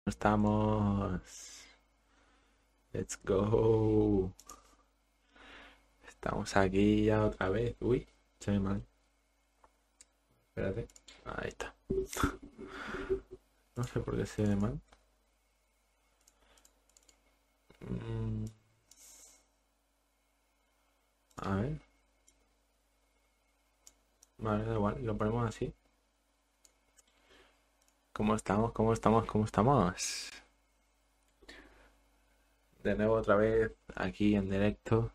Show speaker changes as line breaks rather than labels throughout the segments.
Estamos. Let's go. Estamos aquí ya otra vez. Uy, se ve mal. Espérate. Ahí está. No sé por qué se ve mal. Mm, a ver. Vale, da igual. Lo ponemos así. ¿Cómo estamos? ¿Cómo estamos? ¿Cómo estamos? De nuevo otra vez aquí en directo.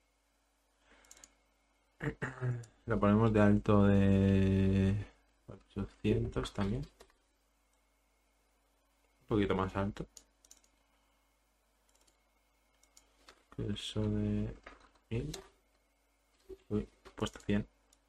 Lo ponemos de alto de 800 también. Un poquito más alto. Que eso de 1000. Uy, he puesto 100.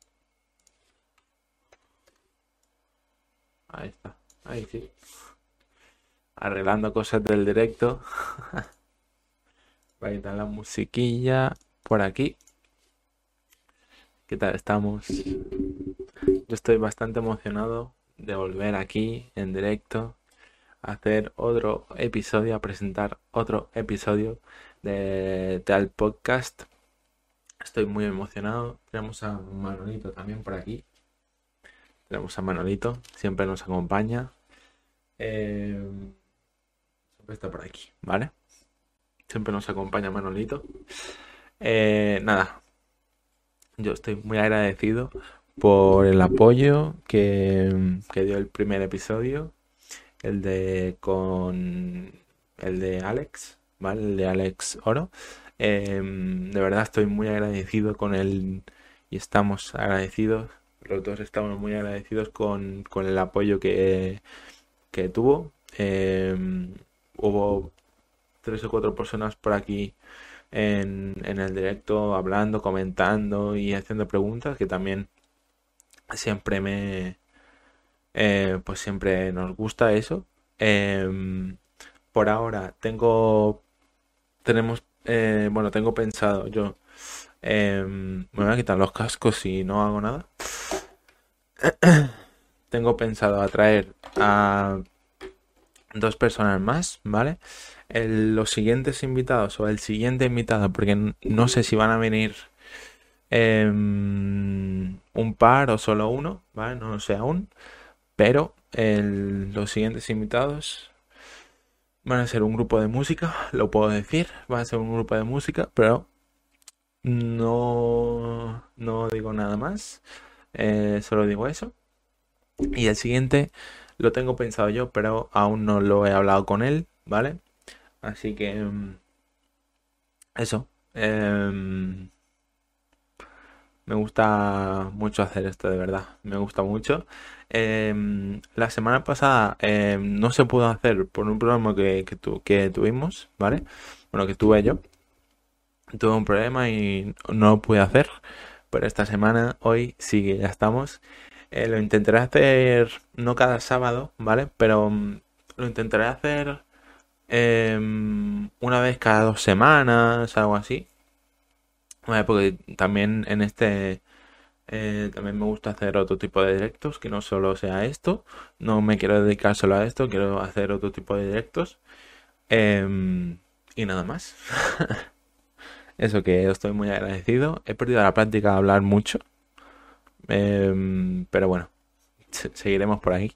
Ahí está. Ahí sí. Arreglando cosas del directo. Va a quitar la musiquilla por aquí. ¿Qué tal estamos? Yo estoy bastante emocionado de volver aquí en directo a hacer otro episodio, a presentar otro episodio de tal podcast. Estoy muy emocionado. Tenemos a Manolito también por aquí. Tenemos a Manolito, siempre nos acompaña. Siempre está por aquí, ¿vale? Siempre nos acompaña Manolito. Nada, yo estoy muy agradecido por el apoyo que dio el primer episodio, el de Alex, ¿vale? El de Alex Oro. De verdad estoy muy agradecido con él y estamos agradecidos, los dos estamos muy agradecidos con el apoyo que tuvo. Hubo 3 o 4 personas por aquí en el directo hablando, comentando y haciendo preguntas que también siempre pues siempre nos gusta eso. Por ahora tengo pensado yo, me voy a quitar los cascos si no hago nada. Tengo pensado atraer a 2 personas más, ¿vale? Los siguientes invitados o el siguiente invitado, porque no sé si van a venir un par o solo uno, ¿vale? No lo sé aún, pero los siguientes invitados van a ser un grupo de música, lo puedo decir, van a ser un grupo de música, pero no digo nada más, solo digo eso. Y el siguiente lo tengo pensado yo, pero aún no lo he hablado con él, ¿vale? Así que eso. Me gusta mucho hacer esto, de verdad. Me gusta mucho. La semana pasada no se pudo hacer por un problema que tuvimos, ¿vale? Bueno, que tuve yo. Tuve un problema y no lo pude hacer. Pero esta semana, hoy sí que ya estamos. Lo intentaré hacer no cada sábado, ¿vale? Pero lo intentaré hacer una vez cada 2 semanas, algo así. Vale, porque también también me gusta hacer otro tipo de directos, que no solo sea esto. No me quiero dedicar solo a esto, quiero hacer otro tipo de directos. Y nada más. Eso que estoy muy agradecido. He perdido la práctica de hablar mucho. Pero bueno, seguiremos por ahí.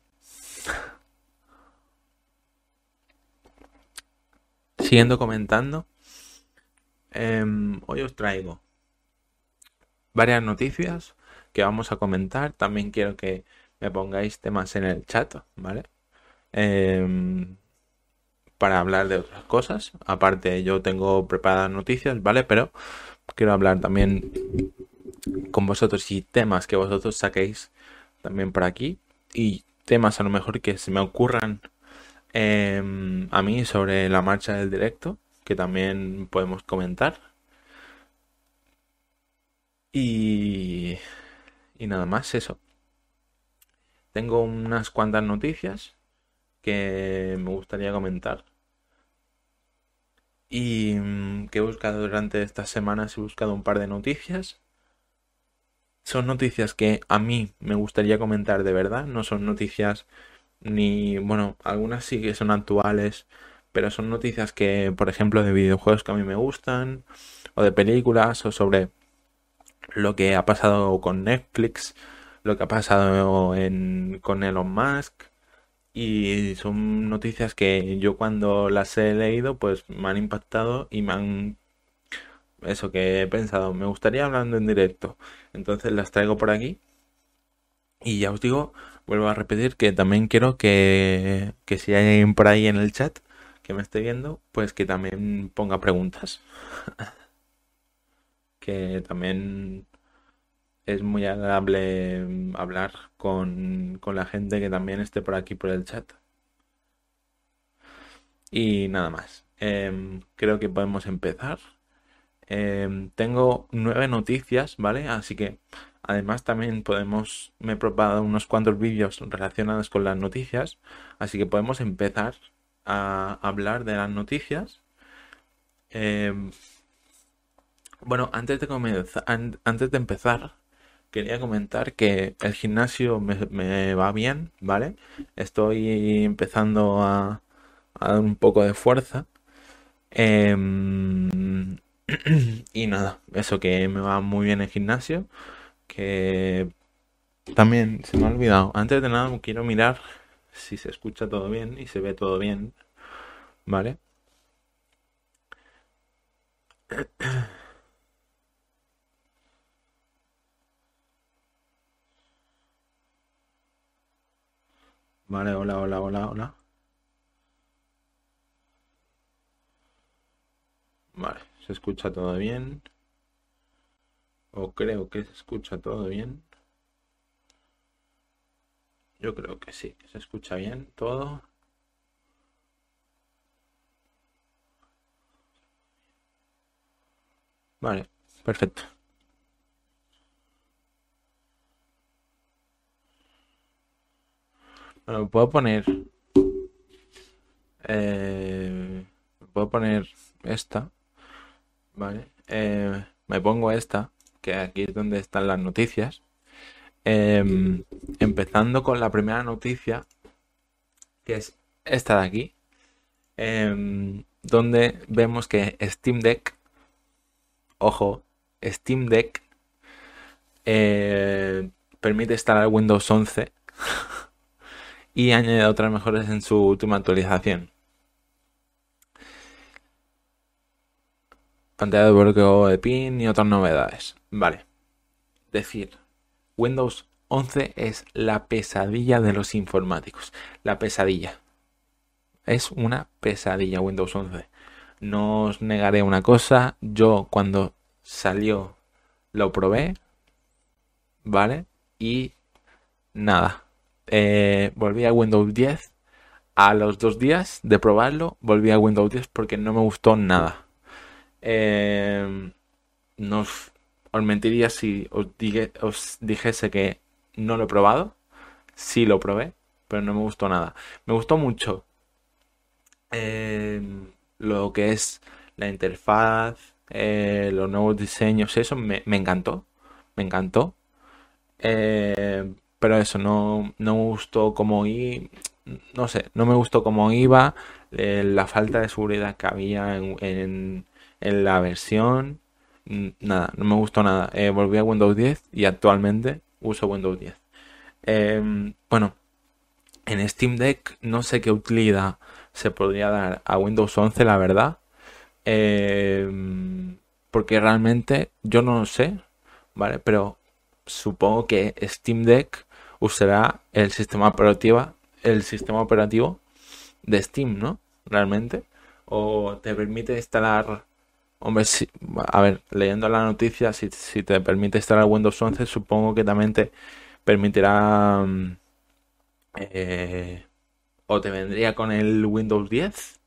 Siguiendo comentando, hoy os traigo varias noticias que vamos a comentar. También quiero que me pongáis temas en el chat, ¿vale? Em, para hablar de otras cosas. Aparte, yo tengo preparadas noticias, ¿vale? Pero quiero hablar también con vosotros y temas que vosotros saquéis también por aquí. Y temas a lo mejor que se me ocurran a mí sobre la marcha del directo, que también podemos comentar. Y, y nada más, eso. Tengo unas cuantas noticias que me gustaría comentar. Y que he buscado durante estas semanas, he buscado un par de noticias. Son noticias que a mí me gustaría comentar de verdad, no son noticias ni, bueno, algunas sí que son actuales, pero son noticias que, por ejemplo, de videojuegos que a mí me gustan, o de películas, o sobre lo que ha pasado con Netflix, lo que ha pasado con Elon Musk. Y son noticias que yo cuando las he leído, pues me han impactado y me han... Eso que he pensado, me gustaría hablando en directo. Entonces las traigo por aquí. Y ya os digo, vuelvo a repetir que también quiero que si hay alguien por ahí en el chat que me esté viendo, pues que también ponga preguntas. Que también es muy agradable hablar con la gente que también esté por aquí por el chat. Y nada más. Creo que podemos empezar. Tengo 9 noticias, ¿vale? Así que además también me he preparado unos cuantos vídeos relacionados con las noticias. Así que podemos empezar a hablar de las noticias. Em, bueno, antes de empezar, quería comentar que el gimnasio me va bien, ¿vale? Estoy empezando a dar un poco de fuerza. Em, y nada, eso que me va muy bien el gimnasio. Que también se me ha olvidado. Antes de nada quiero mirar si se escucha todo bien y se ve todo bien. ¿Vale? Vale, hola, hola, hola, hola. Vale, se escucha todo bien. O creo que se escucha todo bien. Yo creo que sí, que se escucha bien todo. Vale, perfecto. Bueno, puedo poner esta, ¿vale? Me pongo esta, que aquí es donde están las noticias. Em, Empezando con la primera noticia, que es esta de aquí, donde vemos que Steam Deck, ojo, Steam Deck permite instalar Windows 11 y añade otras mejoras en su última actualización. Pantalla de bloqueo de PIN y otras novedades. Vale, decir, Windows 11 es la pesadilla de los informáticos. La pesadilla. Es una pesadilla Windows 11. No os negaré una cosa, yo cuando salió lo probé, ¿vale? Y nada, volví a Windows 10. A los 2 días de probarlo, volví a Windows 10 porque no me gustó nada. Eh, no os mentiría si os dijese que no lo he probado. Sí lo probé, pero no me gustó nada. Me gustó mucho eh, lo que es la interfaz, los nuevos diseños, eso me encantó. Me encantó. Pero eso, no me gustó no sé, no me gustó cómo iba, la falta de seguridad que había en la versión, nada, no me gustó nada. Volví a Windows 10 y actualmente uso Windows 10. Bueno, en Steam Deck no sé qué utilidad se podría dar a Windows 11, la verdad. Porque realmente yo no lo sé, ¿vale? Pero supongo que Steam Deck usará el sistema operativo de Steam, ¿no? Realmente. O te permite instalar... Hombre, a ver, leyendo la noticia, si te permite instalar Windows 11, supongo que también te permitirá... eh, o te vendría con el Windows 10.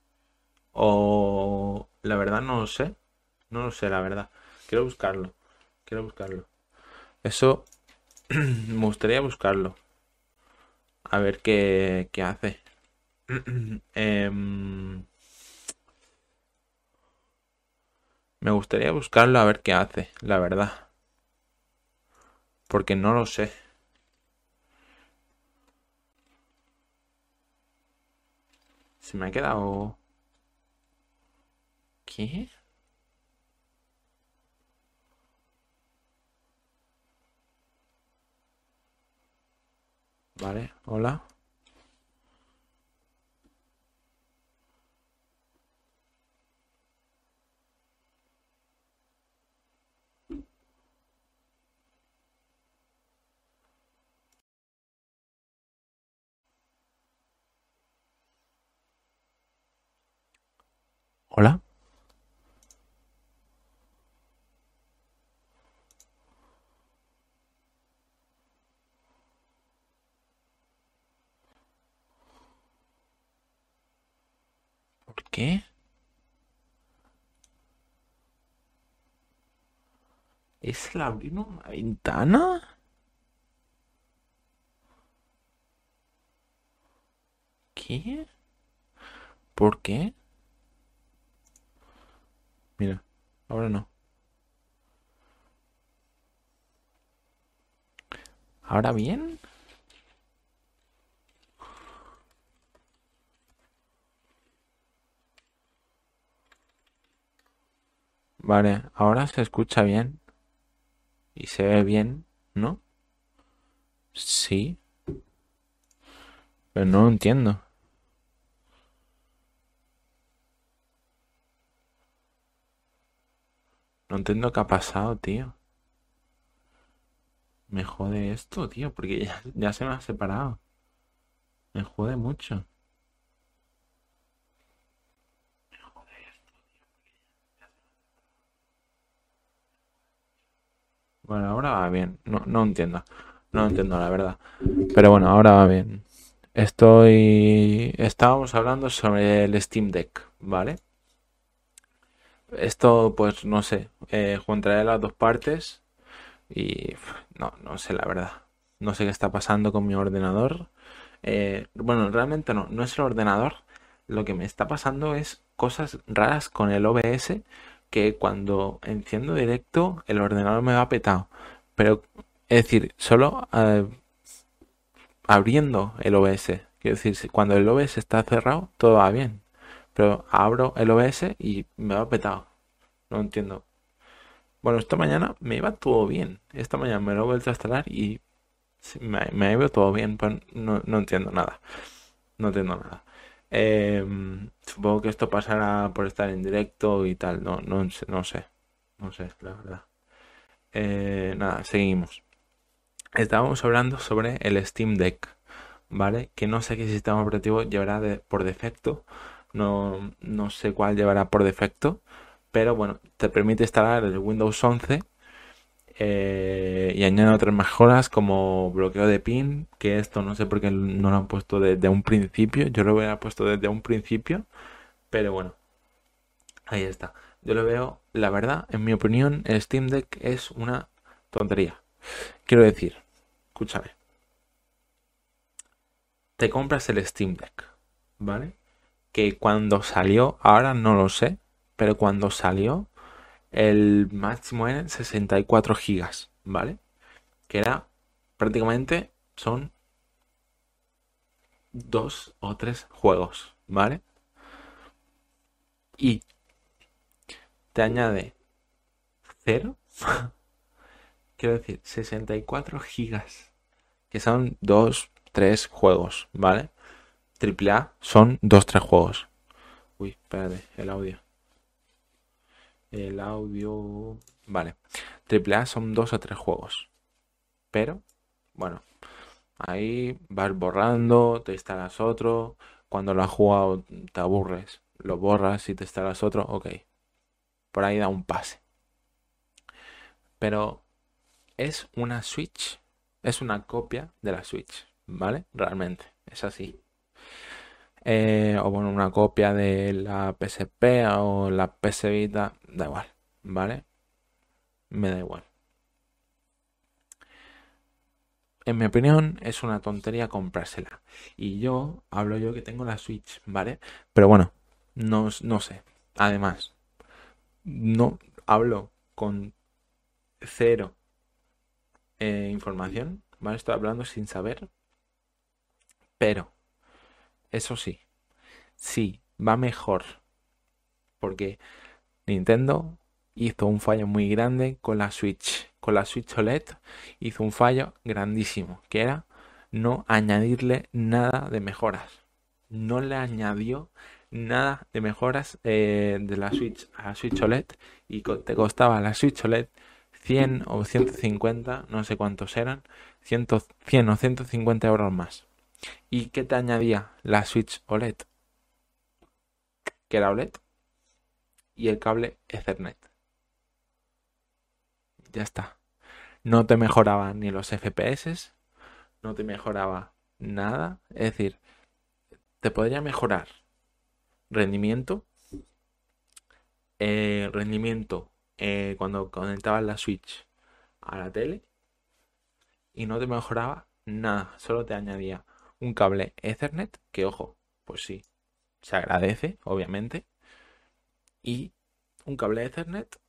O la verdad no lo sé. No lo sé, la verdad. Quiero buscarlo. Quiero buscarlo. Eso me gustaría buscarlo. A ver qué hace. Em, Me gustaría buscarlo a ver qué hace, la verdad. Porque no lo sé. Se me ha quedado... ¿Qué? Vale, hola. Hola. ¿Por qué? ¿Es el abrir una ventana? ¿Qué? ¿Por qué? Mira, ahora no. ¿Ahora bien? Vale, ahora se escucha bien y se ve bien, ¿no? Sí, pero no lo entiendo. No entiendo qué ha pasado, tío. Me jode esto, tío, porque ya se me ha separado. Me jode mucho. Bueno, ahora va bien. No, no entiendo. No entiendo, la verdad. Pero bueno, ahora va bien. Estábamos hablando sobre el Steam Deck, ¿vale? Esto, pues no sé. Juntaré las dos partes y no, no sé la verdad. No sé qué está pasando con mi ordenador. Bueno, realmente no, no es el ordenador. Lo que me está pasando es cosas raras con el OBS que cuando enciendo directo el ordenador me va petado. Pero, es decir, solo abriendo el OBS. Quiero decir, cuando el OBS está cerrado, todo va bien. Pero abro el OBS y me va petado. No entiendo. Bueno, esta mañana me iba todo bien. Esta mañana me lo he vuelto a instalar y sí, me ha ido todo bien. Pues no, no entiendo nada. No entiendo nada. Supongo que esto pasará por estar en directo y tal. No, no, no sé. No sé, la verdad. Nada, seguimos. Estábamos hablando sobre el Steam Deck, ¿vale? Que no sé qué sistema operativo llevará por defecto. No, no sé cuál llevará por defecto. Pero bueno, te permite instalar el Windows 11 y añade otras mejoras como bloqueo de pin, que esto no sé por qué no lo han puesto desde un principio. Yo lo hubiera puesto desde un principio, pero bueno, ahí está. Yo lo veo, la verdad, en mi opinión, el Steam Deck es una tontería. Quiero decir, escúchame, te compras el Steam Deck, ¿vale? Que cuando salió, ahora no lo sé, pero cuando salió, el máximo eran 64 gigas, ¿vale? Que era prácticamente son dos o tres juegos, ¿vale? Y te añade cero, quiero decir, 64 gigas, que son dos, tres juegos, ¿vale? Triple A son dos, tres juegos. Uy, espérate, el audio. El audio. Vale. Triple A son dos o tres juegos. Pero, bueno, ahí vas borrando, te instalas otro. Cuando lo has jugado te aburres, lo borras y te instalas otro. Ok, por ahí da un pase. Pero es una Switch, es una copia de la Switch, ¿vale? Realmente, es así. O bueno, una copia de la PSP o la PS Vita, da igual, ¿vale? Me da igual. En mi opinión, es una tontería comprársela. Y yo, hablo yo que tengo la Switch, ¿vale? Pero bueno, no, no sé. Además, no hablo con cero información, ¿vale? Estoy hablando sin saber, pero, eso sí. Sí, va mejor, porque Nintendo hizo un fallo muy grande con la Switch. Con la Switch OLED hizo un fallo grandísimo, que era no añadirle nada de mejoras. No le añadió nada de mejoras de la Switch a la Switch OLED y te costaba la Switch OLED 100 o 150, no sé cuántos eran, 100, 100 o 150 euros más. ¿Y qué te añadía la Switch OLED? Que era OLED y el cable Ethernet. Ya está. No te mejoraba ni los FPS, no te mejoraba nada. Es decir, te podría mejorar rendimiento, rendimiento cuando conectabas la Switch a la tele y no te mejoraba nada. Solo te añadía un cable Ethernet, que ojo, pues sí, se agradece, obviamente, y un cable Ethernet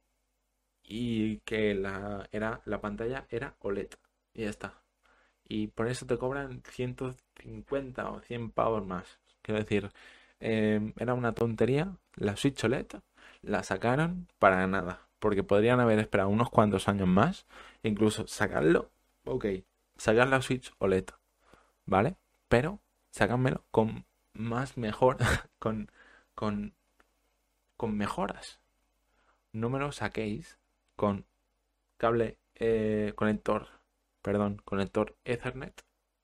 y que la pantalla era OLED. Y ya está. Y por eso te cobran 150 o 100 pavos más. Quiero decir, era una tontería. La Switch OLED la sacaron para nada. Porque podrían haber esperado unos cuantos años más. E incluso sacarlo. Ok, sacar la Switch OLED. ¿Vale? Pero sacármelo con más mejor. Con, con, con mejoras. No me lo saquéis con cable conector. Perdón, conector Ethernet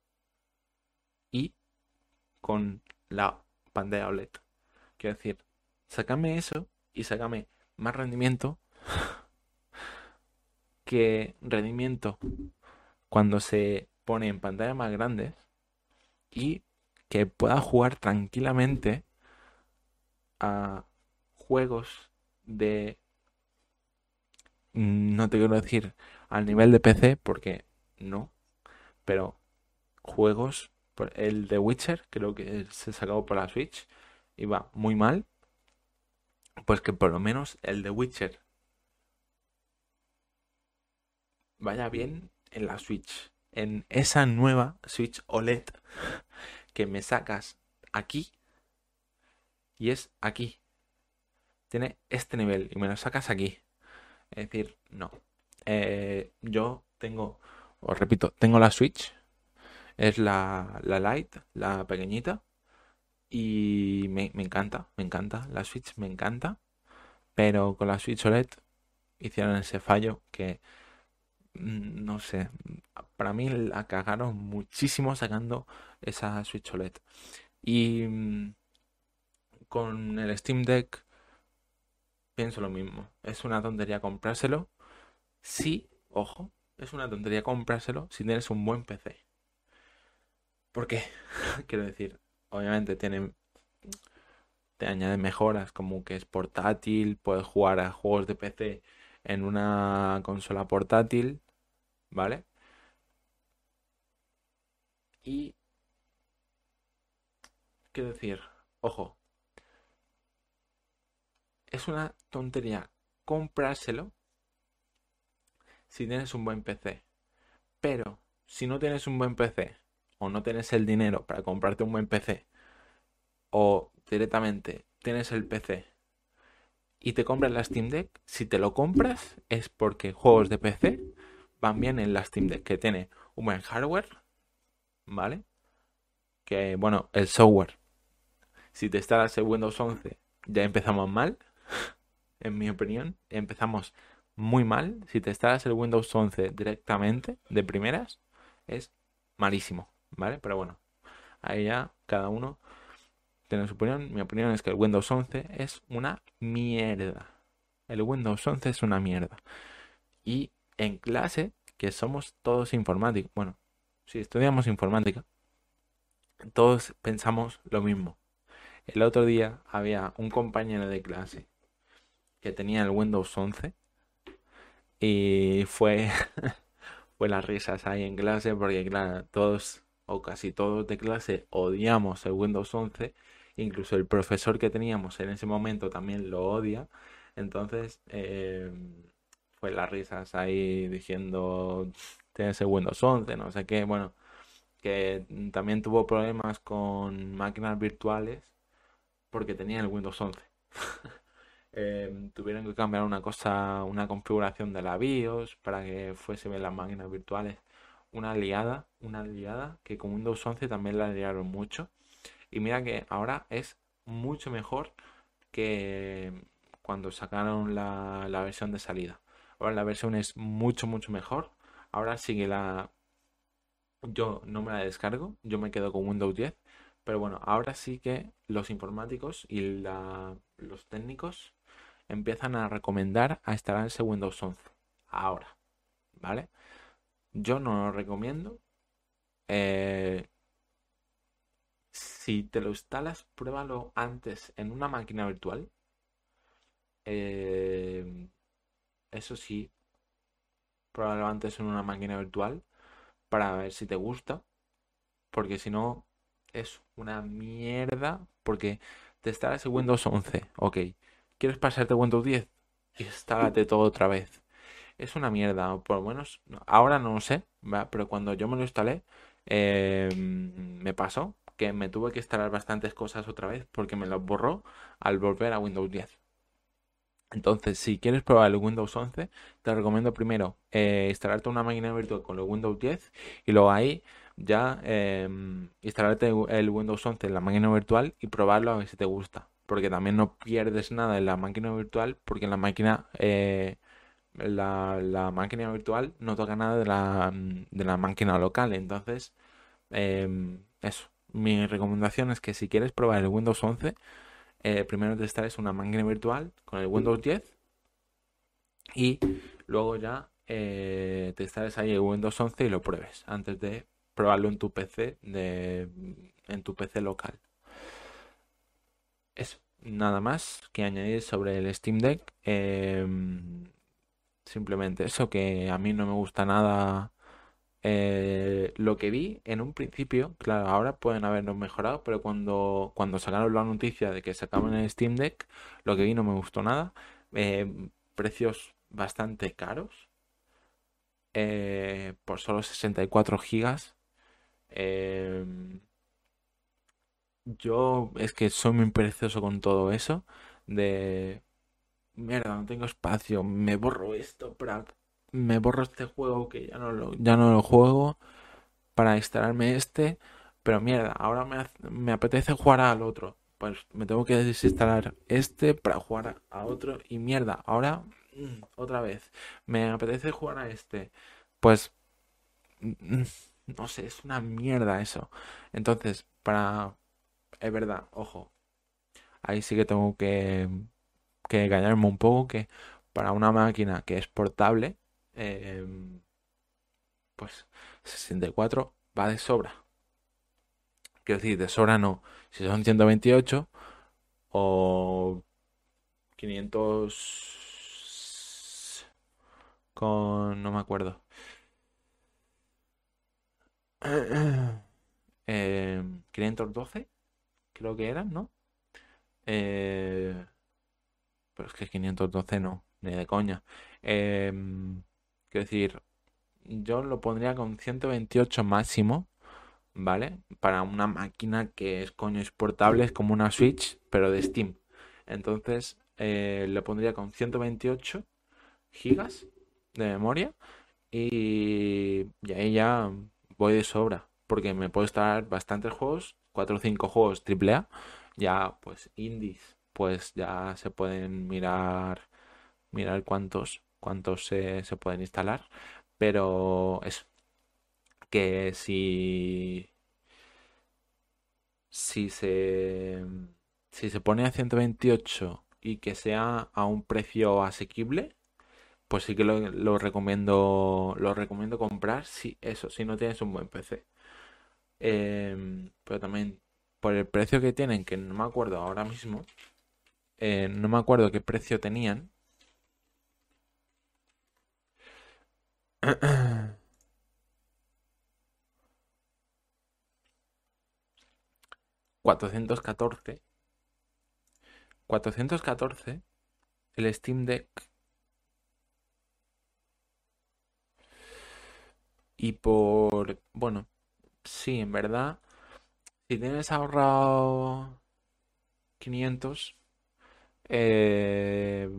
y con la pantalla OLED. Quiero decir, sácame eso y sácame más rendimiento que rendimiento cuando se pone en pantallas más grandes y que pueda jugar tranquilamente a juegos de, no te quiero decir al nivel de PC porque no, pero juegos, el de Witcher creo que se sacó por la Switch y va muy mal, pues que por lo menos el de Witcher vaya bien en la Switch. En esa nueva Switch OLED que me sacas aquí y es aquí. Tiene este nivel y me lo sacas aquí. Es decir, no. Yo tengo, os repito, tengo la Switch. Es la Lite, la pequeñita. Y me encanta, me encanta. La Switch me encanta. Pero con la Switch OLED hicieron ese fallo que no sé, para mí la cagaron muchísimo sacando esa Switch OLED. Y con el Steam Deck pienso lo mismo. Es una tontería comprárselo. Sí, ojo, es una tontería comprárselo si tienes un buen PC. ¿Por qué? Quiero decir, obviamente te añade mejoras como que es portátil, puedes jugar a juegos de PC en una consola portátil, ¿vale? Y quiero decir, ojo, es una tontería comprárselo si tienes un buen PC. Pero si no tienes un buen PC o no tienes el dinero para comprarte un buen PC o directamente tienes el PC y te compras la Steam Deck, si te lo compras es porque juegos de PC van bien en la Steam Deck, que tiene un buen hardware, ¿vale? Que bueno, el software, si te instalas el Windows 11 ya empezamos mal, en mi opinión, empezamos muy mal. Si te instalas el Windows 11 directamente, de primeras, es malísimo, ¿vale? Pero bueno, ahí ya cada uno tiene su opinión. Mi opinión es que el Windows 11 es una mierda. El Windows 11 es una mierda. Y en clase, que somos todos informáticos, bueno, si estudiamos informática, todos pensamos lo mismo. El otro día había un compañero de clase que tenía el Windows 11 y fue las risas ahí en clase porque claro, todos o casi todos de clase odiamos el Windows 11, incluso el profesor que teníamos en ese momento también lo odia, entonces fue las risas ahí diciendo tienes el Windows 11, no sé qué, bueno, que también tuvo problemas con máquinas virtuales porque tenía el Windows 11. Tuvieron que cambiar una cosa, una configuración de la BIOS para que fuese bien las máquinas virtuales. Una liada que con Windows 11 también la liaron mucho. Y mira que ahora es mucho mejor que cuando sacaron la versión de salida. Ahora la versión es mucho, mucho mejor. Ahora sí que yo no me la descargo, yo me quedo con Windows 10. Pero bueno, ahora sí que los informáticos y los técnicos empiezan a recomendar a instalarse Windows 11. Ahora, ¿vale? Yo no lo recomiendo. Eh, si te lo instalas, pruébalo antes en una máquina virtual. Eh, Eso sí, pruébalo antes en una máquina virtual para ver si te gusta. Porque si no, es una mierda. Porque te instalas en Windows 11. Ok. ¿Quieres pasarte a Windows 10? Instálate todo otra vez. Es una mierda. Por lo menos ahora no lo sé. Pero cuando yo me lo instalé, me pasó que me tuve que instalar bastantes cosas otra vez porque me los borró al volver a Windows 10. Entonces, si quieres probar el Windows 11, te recomiendo primero instalarte una máquina virtual con el Windows 10 y luego ahí ya instalarte el Windows 11 en la máquina virtual y probarlo a ver si te gusta. Porque también no pierdes nada en la máquina virtual porque en la máquina virtual no toca nada de la máquina local. Entonces, eso. Mi recomendación es que si quieres probar el Windows 11, primero te instales una máquina virtual con el Windows 10 y luego ya te instales ahí el Windows 11 y lo pruebes antes de probarlo en tu PC en tu PC local. Eso, nada más que añadir sobre el Steam Deck. Simplemente eso, que a mí no me gusta nada lo que vi en un principio. Claro, ahora pueden habernos mejorado, pero cuando sacaron la noticia de que sacaban el Steam Deck, lo que vi no me gustó nada. Precios bastante caros por solo 64 gigas. Eh, yo es que soy muy perezoso con todo eso. De mierda, no tengo espacio, me borro esto, me borro este juego que ya no lo juego para instalarme este, pero mierda, ahora me apetece jugar al otro. Pues me tengo que desinstalar este para jugar a otro y mierda, ahora otra vez me apetece jugar a este. Pues no sé, es una mierda eso. Entonces, es verdad, ojo, ahí sí que tengo que callarme un poco que para una máquina que es portable, eh, pues 64 va de sobra. Quiero decir, de sobra no. Si son 128 o 500 con... no me acuerdo. 512 creo que eran, ¿no? Eh, pero es que 512 no, ni de coña. Quiero decir, yo lo pondría con 128 máximo, ¿vale? Para una máquina que es coño, es portable, es como una Switch, pero de Steam. Entonces, le pondría con 128 gigas de memoria y ahí ya voy de sobra, porque me puedo instalar bastantes juegos, 4 o 5 juegos AAA, ya pues indies, pues ya se pueden mirar cuántos se pueden instalar, pero es que si se, si se pone a 128 y que sea a un precio asequible, pues sí que lo recomiendo comprar si eso, si no tienes un buen PC. Pero también por el precio que tienen, que no me acuerdo ahora mismo, no me acuerdo qué precio tenían. 414 414 el Steam Deck y bueno, sí, en verdad, si tienes ahorrado 500, eh,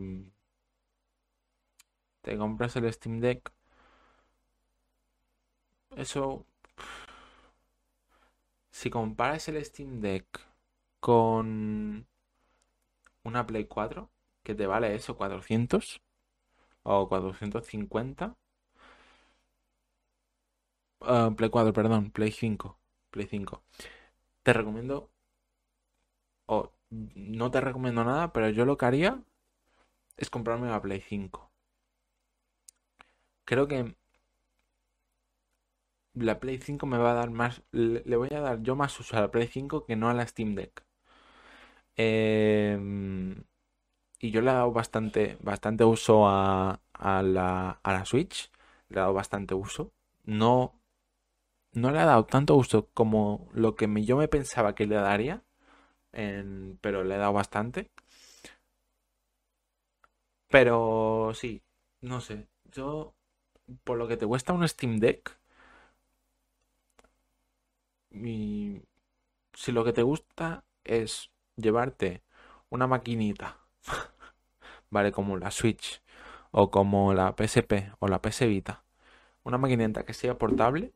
te compras el Steam Deck. Eso, si comparas el Steam Deck con una Play 4, que te vale eso, 400 o 450. Play 4, perdón, Play 5. Play 5. Te recomiendo, o no te recomiendo nada, pero yo lo que haría es comprarme la Play 5. Creo que la Play 5 me va a dar más, le voy a dar yo más uso a la Play 5 que no a la Steam Deck. Y yo le he dado bastante uso a la Switch. Le he dado bastante uso. No, no le he dado tanto uso como lo que yo me pensaba que le daría, pero le he dado bastante. Pero sí, no sé. Yo, por lo que te cuesta un Steam Deck, y si lo que te gusta es llevarte una maquinita, ¿vale? Como la Switch o como la PSP o la PS Vita, una maquinita que sea portable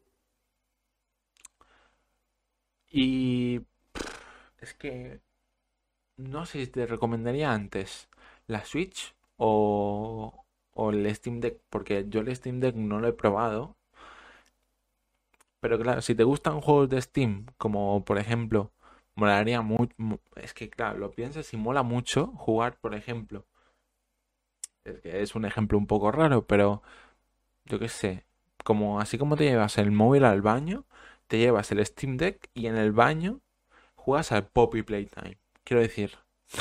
y es que no sé si te recomendaría antes la Switch o el Steam Deck, porque yo el Steam Deck no lo he probado. Pero claro, si te gustan juegos de Steam, como por ejemplo, molaría mucho. Es que claro, lo piensas y mola mucho jugar, por ejemplo. Es que es un ejemplo un poco raro, pero yo qué sé. Como así como te llevas el móvil al baño, te llevas el Steam Deck y en el baño juegas al Poppy Playtime. Quiero decir,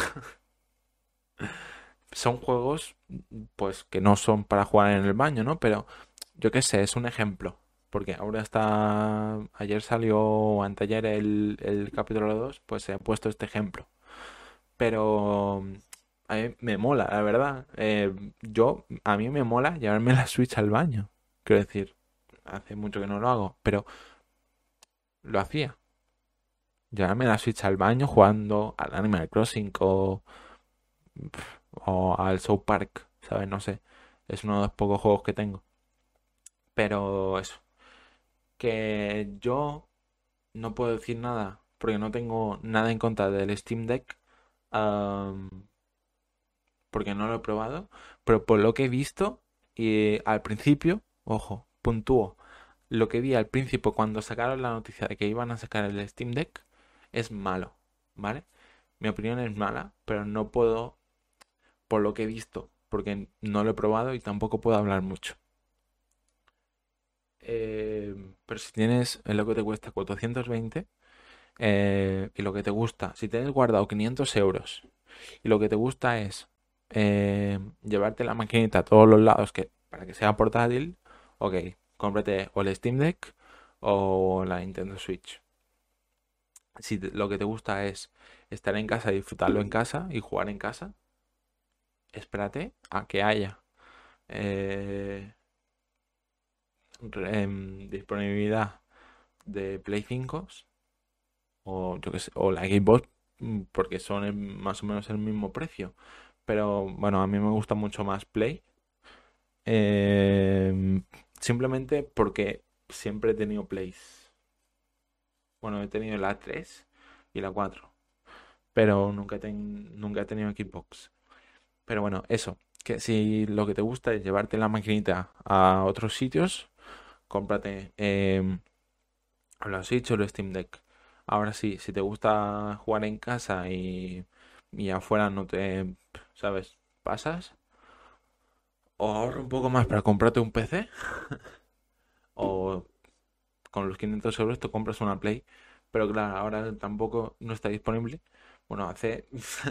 son juegos pues que no son para jugar en el baño, ¿no? Pero yo qué sé, es un ejemplo. Porque ahora está. Ayer salió, o anteayer, el capítulo 2, pues se ha puesto este ejemplo. Pero a mí me mola, la verdad. A mí me mola llevarme la Switch al baño. Quiero decir, hace mucho que no lo hago, pero lo hacía. Llevarme la Switch al baño jugando al Animal Crossing o al South Park, ¿sabes? No sé. Es uno de los pocos juegos que tengo. Pero eso, que yo no puedo decir nada porque no tengo nada en contra del Steam Deck, am, porque no lo he probado, pero por lo que he visto y al principio, ojo, puntúo, lo que vi al principio cuando sacaron la noticia de que iban a sacar el Steam Deck es malo, ¿vale? Mi opinión es mala, pero no puedo, por lo que he visto, porque no lo he probado y tampoco puedo hablar mucho. Pero si tienes lo que te cuesta 420, y lo que te gusta, si tienes guardado 500 euros y lo que te gusta es llevarte la maquinita a todos los lados para que sea portátil, ok, cómprate o el Steam Deck o la Nintendo Switch. Si lo que te gusta es estar en casa, disfrutarlo en casa y jugar en casa, espérate a que haya eh, disponibilidad de Play 5 o yo que sé, o la Xbox, porque son más o menos el mismo precio. Pero bueno, a mí me gusta mucho más Play. Simplemente porque siempre he tenido Plays. Bueno, he tenido la 3 y la 4, pero nunca he tenido Xbox. Pero bueno, eso, que si lo que te gusta es llevarte la maquinita a otros sitios, cómprate la Switch o el Steam Deck. Ahora sí, si te gusta jugar en casa y afuera no te, ¿sabes? Pasas, o ahorra un poco más para comprarte un PC, o con los 500 euros te compras una Play. Pero claro, ahora tampoco no está disponible. Bueno, hace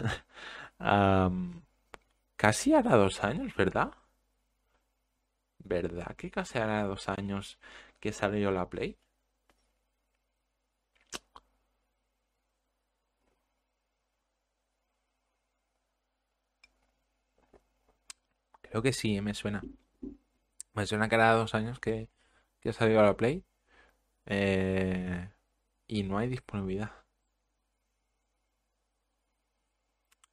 am, casi hará 2 años, ¿verdad? ¿Verdad que casi hará 2 años que salió la Play? Creo que sí, me suena. Me suena que hará 2 años que salió la Play. eh, y no hay disponibilidad.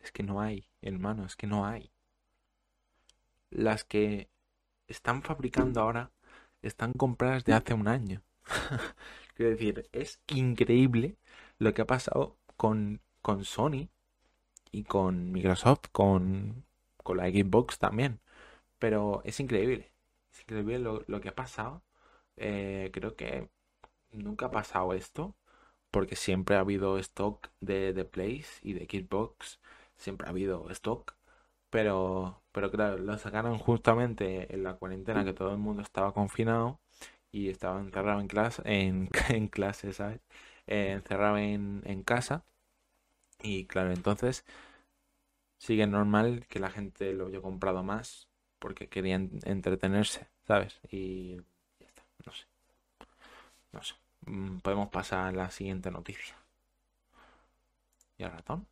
Es que no hay, hermano, es que no hay. Las que están fabricando ahora están compradas de hace un año. Quiero decir, es increíble lo que ha pasado con Sony y con Microsoft, con la Xbox también. Pero es increíble. Es increíble lo que ha pasado. Creo que nunca ha pasado esto. Porque siempre ha habido stock de Plays y de Xbox. Siempre ha habido stock. Pero claro, lo sacaron justamente en la cuarentena que todo el mundo estaba confinado y estaba encerrado en clase, en clase, ¿sabes? Encerrado en casa. Y claro, entonces sigue normal que la gente lo haya comprado más porque querían entretenerse, ¿sabes? Y ya está, no sé, no sé. Podemos pasar a la siguiente noticia. ¿Y el ratón?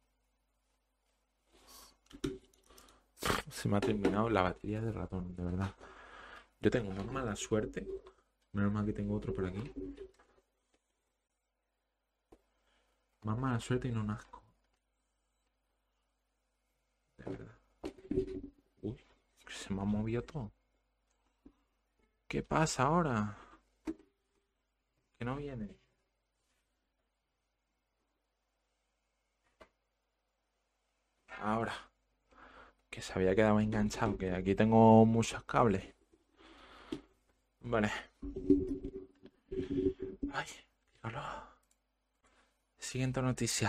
Se me ha terminado la batería del ratón, de verdad. Yo tengo una mala suerte. Menos mal que tengo otro por aquí. Más mala suerte y no un asco. De verdad. Uy, se me ha movido todo. ¿Qué pasa ahora? Que no viene. Ahora. Que se había quedado enganchado. Que aquí tengo muchos cables. Vale. Ay, qué calor. Siguiente noticia.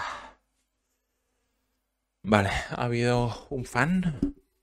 Vale, ha habido un fan.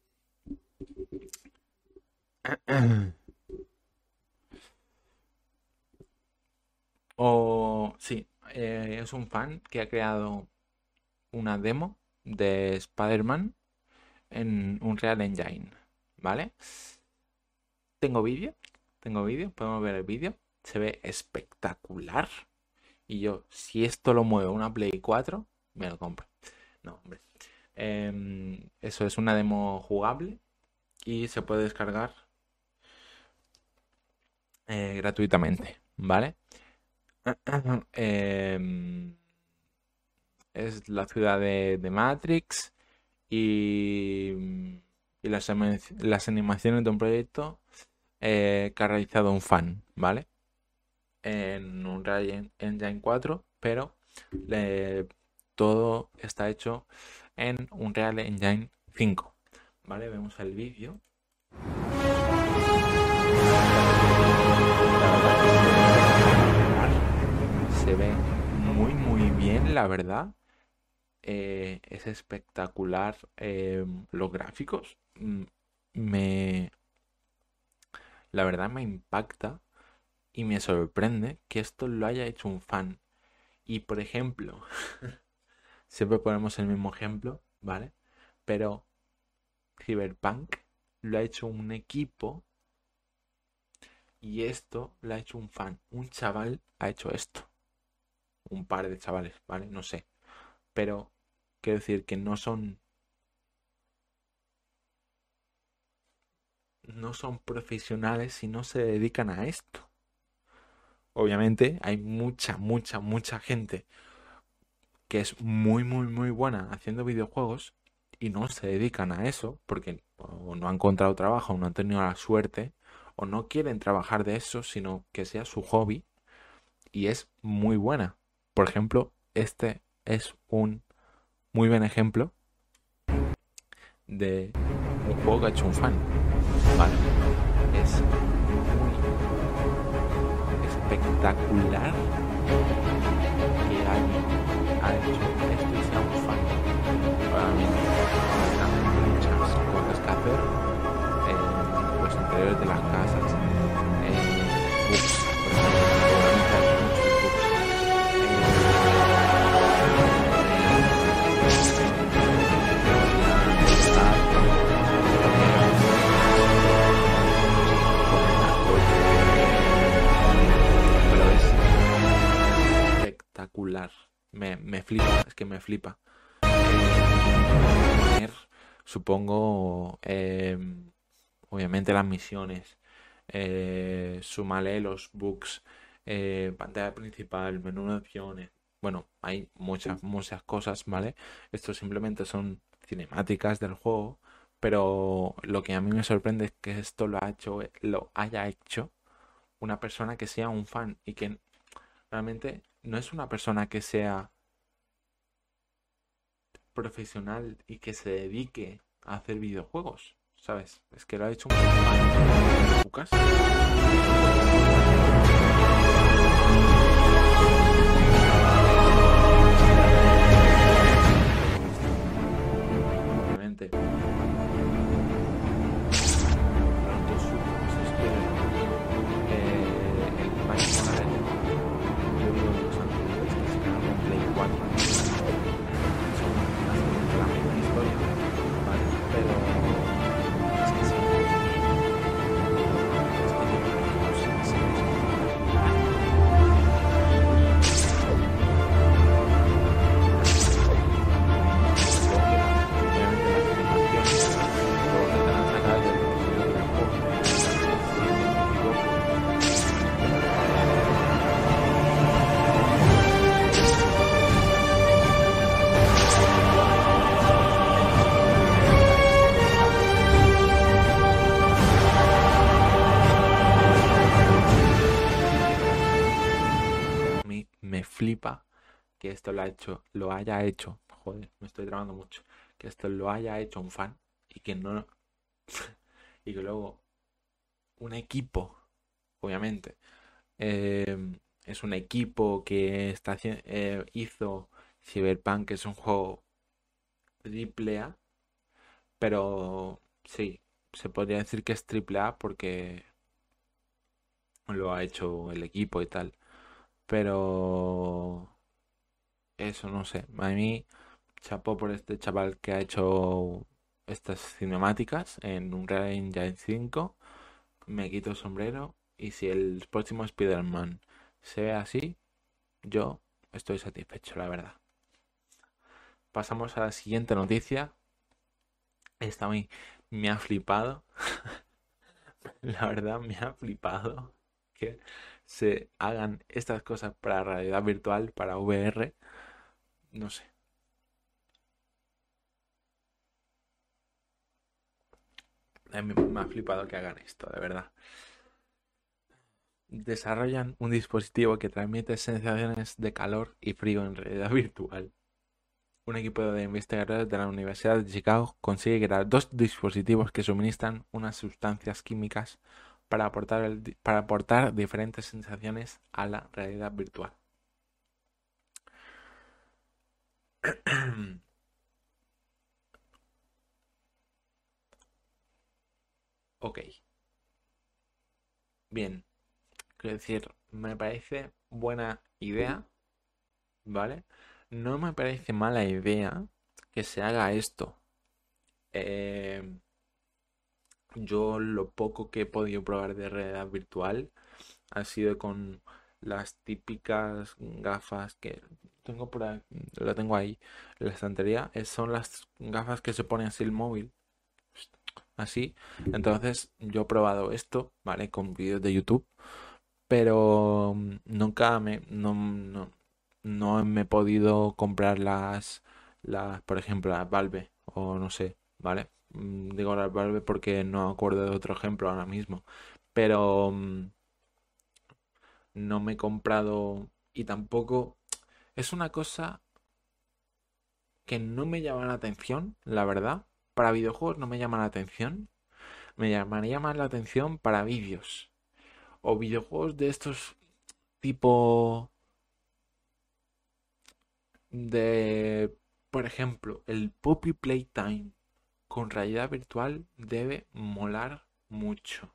O sí, es un fan que ha creado una demo de Spider-Man en un Real Engine, ¿vale? Tengo vídeo, podemos ver el vídeo, se ve espectacular. Y yo, si esto lo mueve una Play 4, me lo compro. No, hombre. Eso es una demo jugable y se puede descargar gratuitamente, ¿vale? Em, es la ciudad de Matrix y las animaciones de un proyecto que ha realizado un fan, ¿vale? En un Unreal Engine 4, pero todo está hecho en un Unreal Engine 5, ¿vale? Vemos el vídeo. Se ve muy bien, la verdad. Es espectacular los gráficos. Me, la verdad me impacta y me sorprende que esto lo haya hecho un fan. Y por ejemplo, siempre ponemos el mismo ejemplo, ¿vale? Pero Cyberpunk lo ha hecho un equipo y esto lo ha hecho un fan. Un chaval ha hecho esto. Un par de chavales, ¿vale? No sé. Pero quiero decir que no son profesionales y no se dedican a esto. Obviamente hay mucha gente que es muy buena haciendo videojuegos y no se dedican a eso porque o no han encontrado trabajo o no han tenido la suerte o no quieren trabajar de eso, sino que sea su hobby y es muy buena. Por ejemplo, este es un muy buen ejemplo de un juego que ha hecho un fan, ¿vale? Es muy espectacular que alguien ha hecho esto y sea un fan. Para mí me muchas cosas que hacer en los interiores de las casas, bugs, por ejemplo, organizar muchos bugs, pero es espectacular. Me flipa, es que me flipa. Tener, supongo, obviamente las misiones, súmale los bugs, pantalla principal, menú de opciones. Bueno, hay muchas cosas, ¿vale? Esto simplemente son cinemáticas del juego, pero lo que a mí me sorprende es que esto lo haya hecho una persona que sea un fan y que realmente no es una persona que sea profesional y que se dedique a hacer videojuegos, ¿sabes? Es que lo ha hecho un fan en su casa. Obviamente, los dos últimos Spider-Man, el Miles Morales, yo digo los anteriores que sacaron en Play 4, son básicamente la misma historia, ¿vale? Pero es que sí, es que yo creo que los series obviamente las animaciones, luego intentarán sacar del episodio del juego, si no me equivoco, a mí me flipa que esto lo haya hecho, joder, me estoy trabando mucho, que esto lo haya hecho un fan y que no, y que luego un equipo, obviamente, es un equipo que hizo Cyberpunk, que es un juego triple A, pero sí, se podría decir que es triple A porque lo ha hecho el equipo y tal, pero eso no sé, a mí chapó por este chaval que ha hecho estas cinemáticas en Unreal Engine 5. Me quito el sombrero y si el próximo Spider-Man se ve así, yo estoy satisfecho, la verdad. Pasamos a la siguiente noticia. Esta a mí me ha flipado. La verdad me ha flipado que se hagan estas cosas para realidad virtual, para VR. No sé. A mí me ha flipado que hagan esto, de verdad. Desarrollan un dispositivo que transmite sensaciones de calor y frío en realidad virtual. Un equipo de investigadores de la Universidad de Chicago consigue crear dos dispositivos que suministran unas sustancias químicas para aportar diferentes sensaciones a la realidad virtual. Ok, bien. Quiero decir, me parece buena idea, ¿vale? No me parece mala idea que se haga esto. Eh, yo lo poco que he podido probar de realidad virtual ha sido con las típicas gafas que tengo por ahí, lo tengo ahí en la estantería. Son las gafas que se ponen así el móvil, así. Entonces yo he probado esto, ¿vale? Con vídeos de YouTube, pero no me he podido comprar por ejemplo, las Valve o no sé, ¿vale? Digo las Valve porque no me acuerdo de otro ejemplo ahora mismo, pero no me he comprado y tampoco es una cosa que no me llama la atención, la verdad. Para videojuegos no me llama la atención. Me llamaría más la atención para vídeos o videojuegos de estos tipo de, por ejemplo, el Poppy Playtime con realidad virtual debe molar mucho.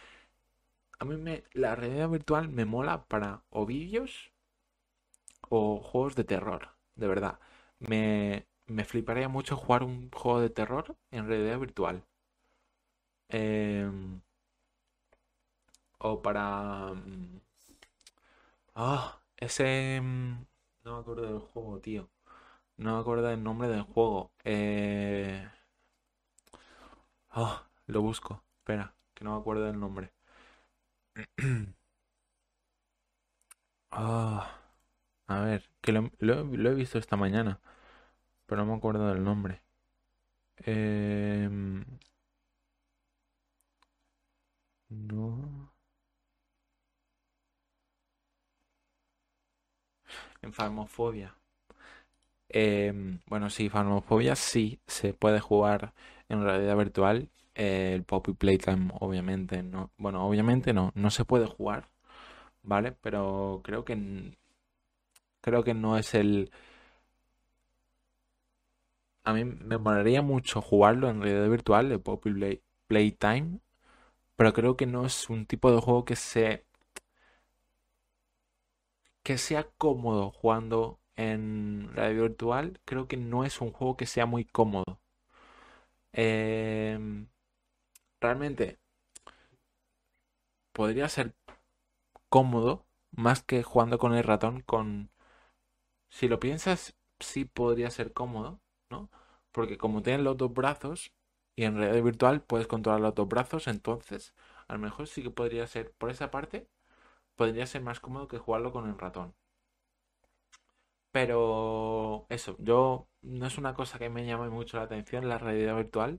La realidad virtual me mola para o vídeos o juegos de terror, de verdad. Me fliparía mucho jugar un juego de terror en realidad virtual. Em, o para... ese... no me acuerdo del juego, tío. No me acuerdo del nombre del juego. Lo busco. Espera, que no me acuerdo del nombre. Ah, A ver, que lo he visto esta mañana, pero no me acuerdo del nombre. Em, no. En Phasmophobia. Bueno, sí, Phasmophobia sí se puede jugar en realidad virtual. El Poppy Playtime, obviamente, no. Bueno, obviamente no, no se puede jugar, ¿vale? Pero creo que no es el. A mí me molaría mucho jugarlo en realidad virtual, el Poppy Playtime, pero creo que no es un tipo de juego que sea cómodo jugando en realidad virtual. Creo que no es un juego que sea muy cómodo. Em, Realmente podría ser cómodo más que jugando con el ratón. Si lo piensas, sí podría ser cómodo, ¿no? Porque como tienes los dos brazos y en realidad virtual puedes controlar los dos brazos, entonces a lo mejor sí que podría ser, por esa parte, podría ser más cómodo que jugarlo con el ratón. Pero eso, yo no es una cosa que me llame mucho la atención la realidad virtual.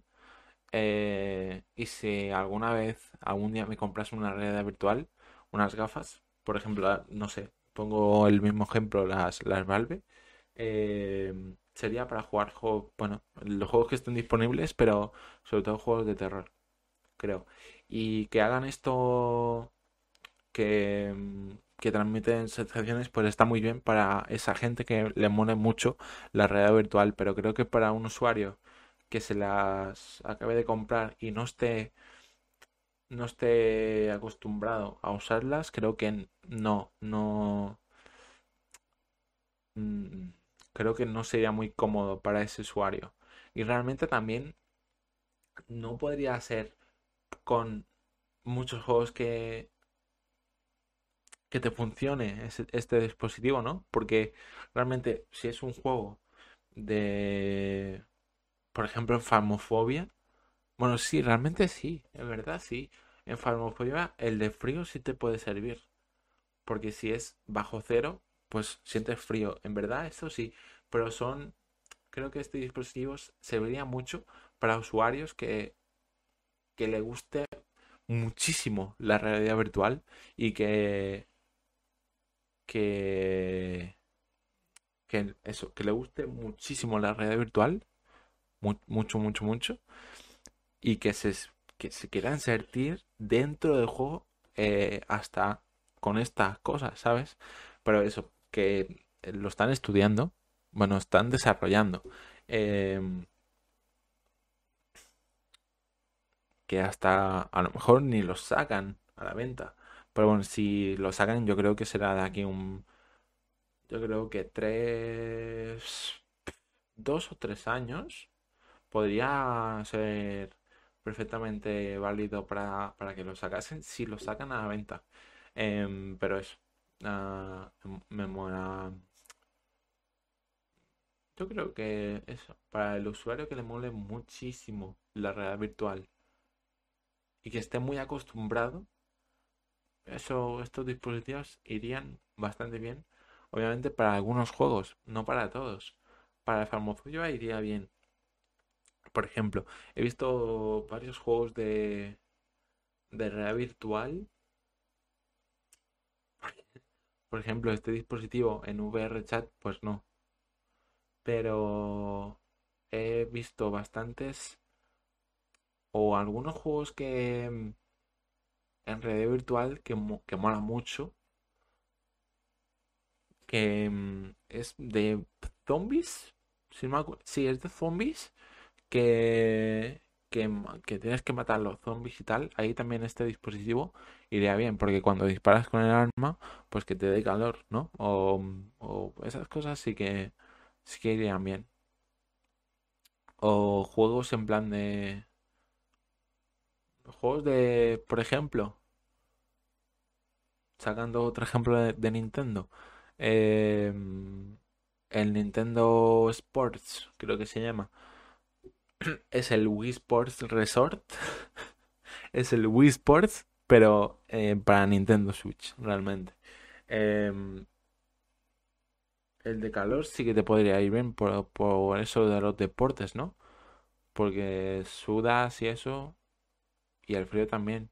Y si alguna vez, algún día me compras una realidad virtual, unas gafas, por ejemplo, no sé, pongo el mismo ejemplo, las Valve, sería para jugar juegos, bueno, los juegos que estén disponibles, pero sobre todo juegos de terror, creo. Y que hagan esto que transmiten sensaciones, pues está muy bien para esa gente que le mole mucho la realidad virtual, pero creo que para un usuario que se las acabe de comprar y no esté acostumbrado a usarlas, creo que mm, creo que no sería muy cómodo para ese usuario. Y realmente también no podría ser con muchos juegos que te funcione este dispositivo, ¿no? Porque realmente si es un juego de, por ejemplo, en Phasmophobia, bueno, sí, realmente sí, en verdad sí. En Phasmophobia el de frío sí te puede servir, porque si es bajo cero, pues sientes frío. En verdad, eso sí, pero creo que este dispositivo serviría mucho para usuarios que le guste muchísimo la realidad virtual y que que le guste muchísimo la realidad virtual, mucho, mucho, mucho, y que se quieran sentir dentro del juego, hasta con estas cosas, ¿sabes? Pero eso, que lo están estudiando, bueno, están desarrollando, em, que hasta a lo mejor ni los sacan a la venta. Pero bueno, si lo sacan, yo creo que será de aquí yo creo que 2 o 3 años podría ser perfectamente válido para que lo sacasen si lo sacan a la venta. Pero eso, me mola. Yo creo que eso, para el usuario que le mole muchísimo la realidad virtual y que esté muy acostumbrado, estos dispositivos irían bastante bien. Obviamente para algunos juegos, no para todos. Para el Phasmophobia iría bien. Por ejemplo, he visto varios juegos de realidad virtual. Por ejemplo, este dispositivo en VR Chat, pues no. Pero he visto bastantes o algunos juegos en realidad virtual que mola mucho, que es de zombies. Sí, es de zombies que tienes que matar a los zombies y tal. Ahí también este dispositivo iría bien, porque cuando disparas con el arma, pues que te dé calor, ¿no? O esas cosas sí que irían bien. O juegos en plan de. Juegos de, por ejemplo, sacando otro ejemplo de Nintendo. El Nintendo Sports, creo que se llama. Es el Wii Sports Resort. Es el Wii Sports, pero para Nintendo Switch, realmente. Em, el de calor sí que te podría ir bien por eso de los deportes, ¿no? Porque sudas y eso, y el frío también.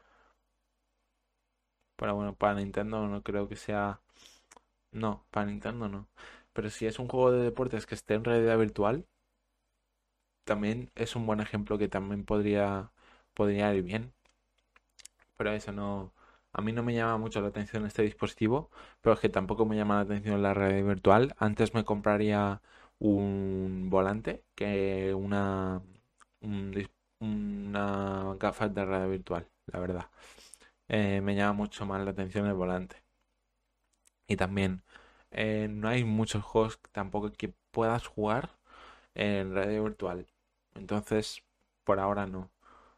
Pero bueno, para Nintendo no creo que sea... No, para Nintendo no. Pero si es un juego de deportes que esté en realidad virtual, también es un buen ejemplo que también podría ir bien. Pero eso no... A mí no me llama mucho la atención este dispositivo, pero es que tampoco me llama la atención la realidad virtual. Antes me compraría un volante que un dis- una gafas de realidad virtual, la verdad. Me llama mucho más la atención el volante. Y también no hay muchos juegos tampoco que puedas jugar en realidad virtual. Entonces, por ahora no.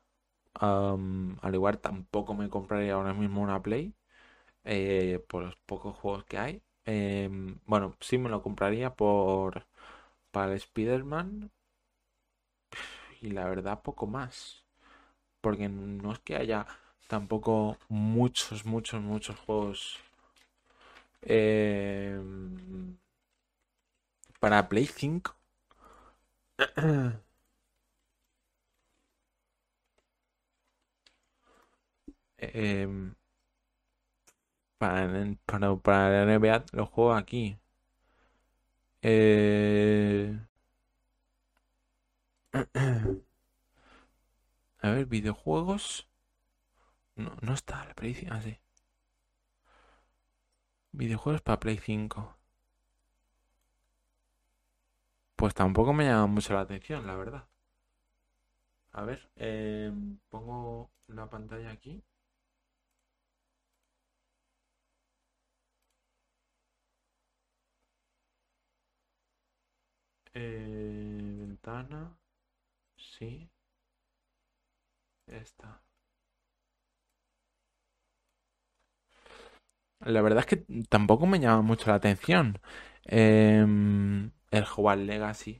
Al igual tampoco me compraría ahora mismo una Play por los pocos juegos que hay. Bueno, sí me lo compraría para el Spider-Man y la verdad poco más. Porque no es que haya tampoco muchos juegos para Play 5. em, para la NBA lo juego aquí. Eh, a ver, videojuegos. No, no está la Play 5. Ah, sí. Videojuegos para Play 5. Pues tampoco me llama mucho la atención, la verdad. A ver, pongo la pantalla aquí. Ventana. Sí, esta. La verdad es que tampoco me llama mucho la atención. El Hogwarts Legacy.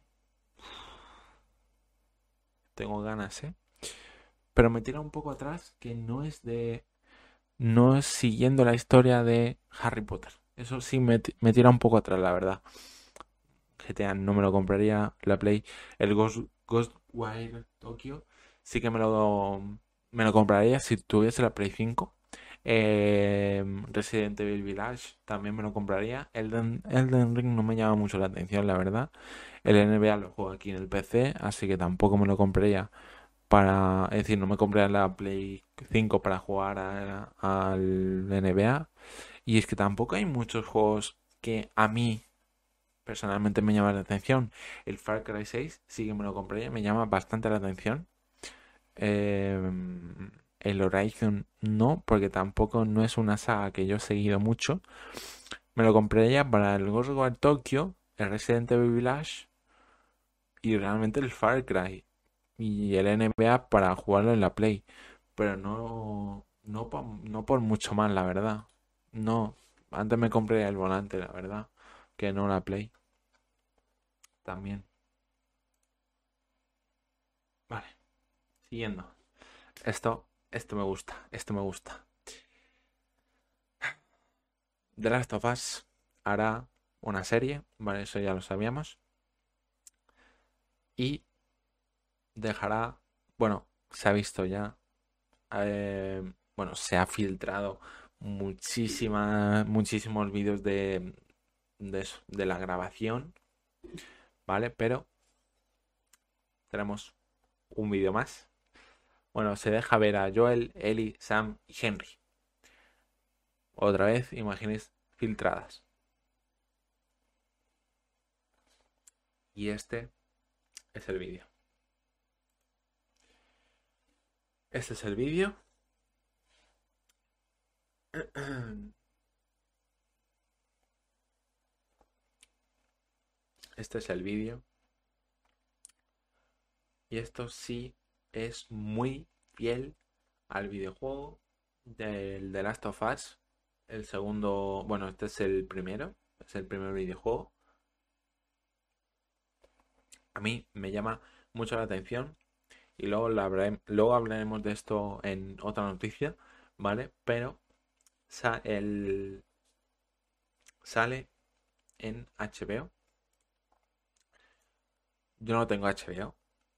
Tengo ganas, ¿eh? Pero me tira un poco atrás que no es siguiendo la historia de Harry Potter. Eso sí me tira un poco atrás, la verdad. GTA no me lo compraría. La Play. El Ghostwire Tokyo sí que me lo compraría si tuviese la Play 5. Resident Evil Village también me lo compraría. Elden Ring no me llama mucho la atención, la verdad. El NBA lo juego aquí en el PC, así que tampoco me lo compraría es decir, no me compré la Play 5 para jugar al NBA. Y es que tampoco hay muchos juegos que a mí personalmente me llaman la atención. El Far Cry 6 sí que me lo compré, me llama bastante la atención. El Horizon no, porque tampoco no es una saga que yo he seguido mucho. Me lo compré ya para el Ghostwire Tokyo, el Resident Evil Village y realmente el Far Cry y el NBA para jugarlo en la Play. Pero no por mucho más, la verdad. No, antes me compré el volante, la verdad, que no la Play. También. Vale, siguiendo. Esto me gusta, esto me gusta. The Last of Us hará una serie, vale, eso ya lo sabíamos. Y dejará, bueno, se ha visto ya, bueno, se ha filtrado muchísimos vídeos de eso, de la grabación, ¿vale? Pero tenemos un vídeo más. Bueno, se deja ver a Joel, Ellie, Sam y Henry. Otra vez, imágenes filtradas. Y este es el vídeo. Este es el vídeo. Este es el vídeo. Y esto sí es muy fiel al videojuego del The Last of Us. El segundo, bueno, este es el primero. Es el primer videojuego. A mí me llama mucho la atención. Y luego hablaremos de esto en otra noticia, ¿vale? Pero sale en HBO. Yo no tengo HBO,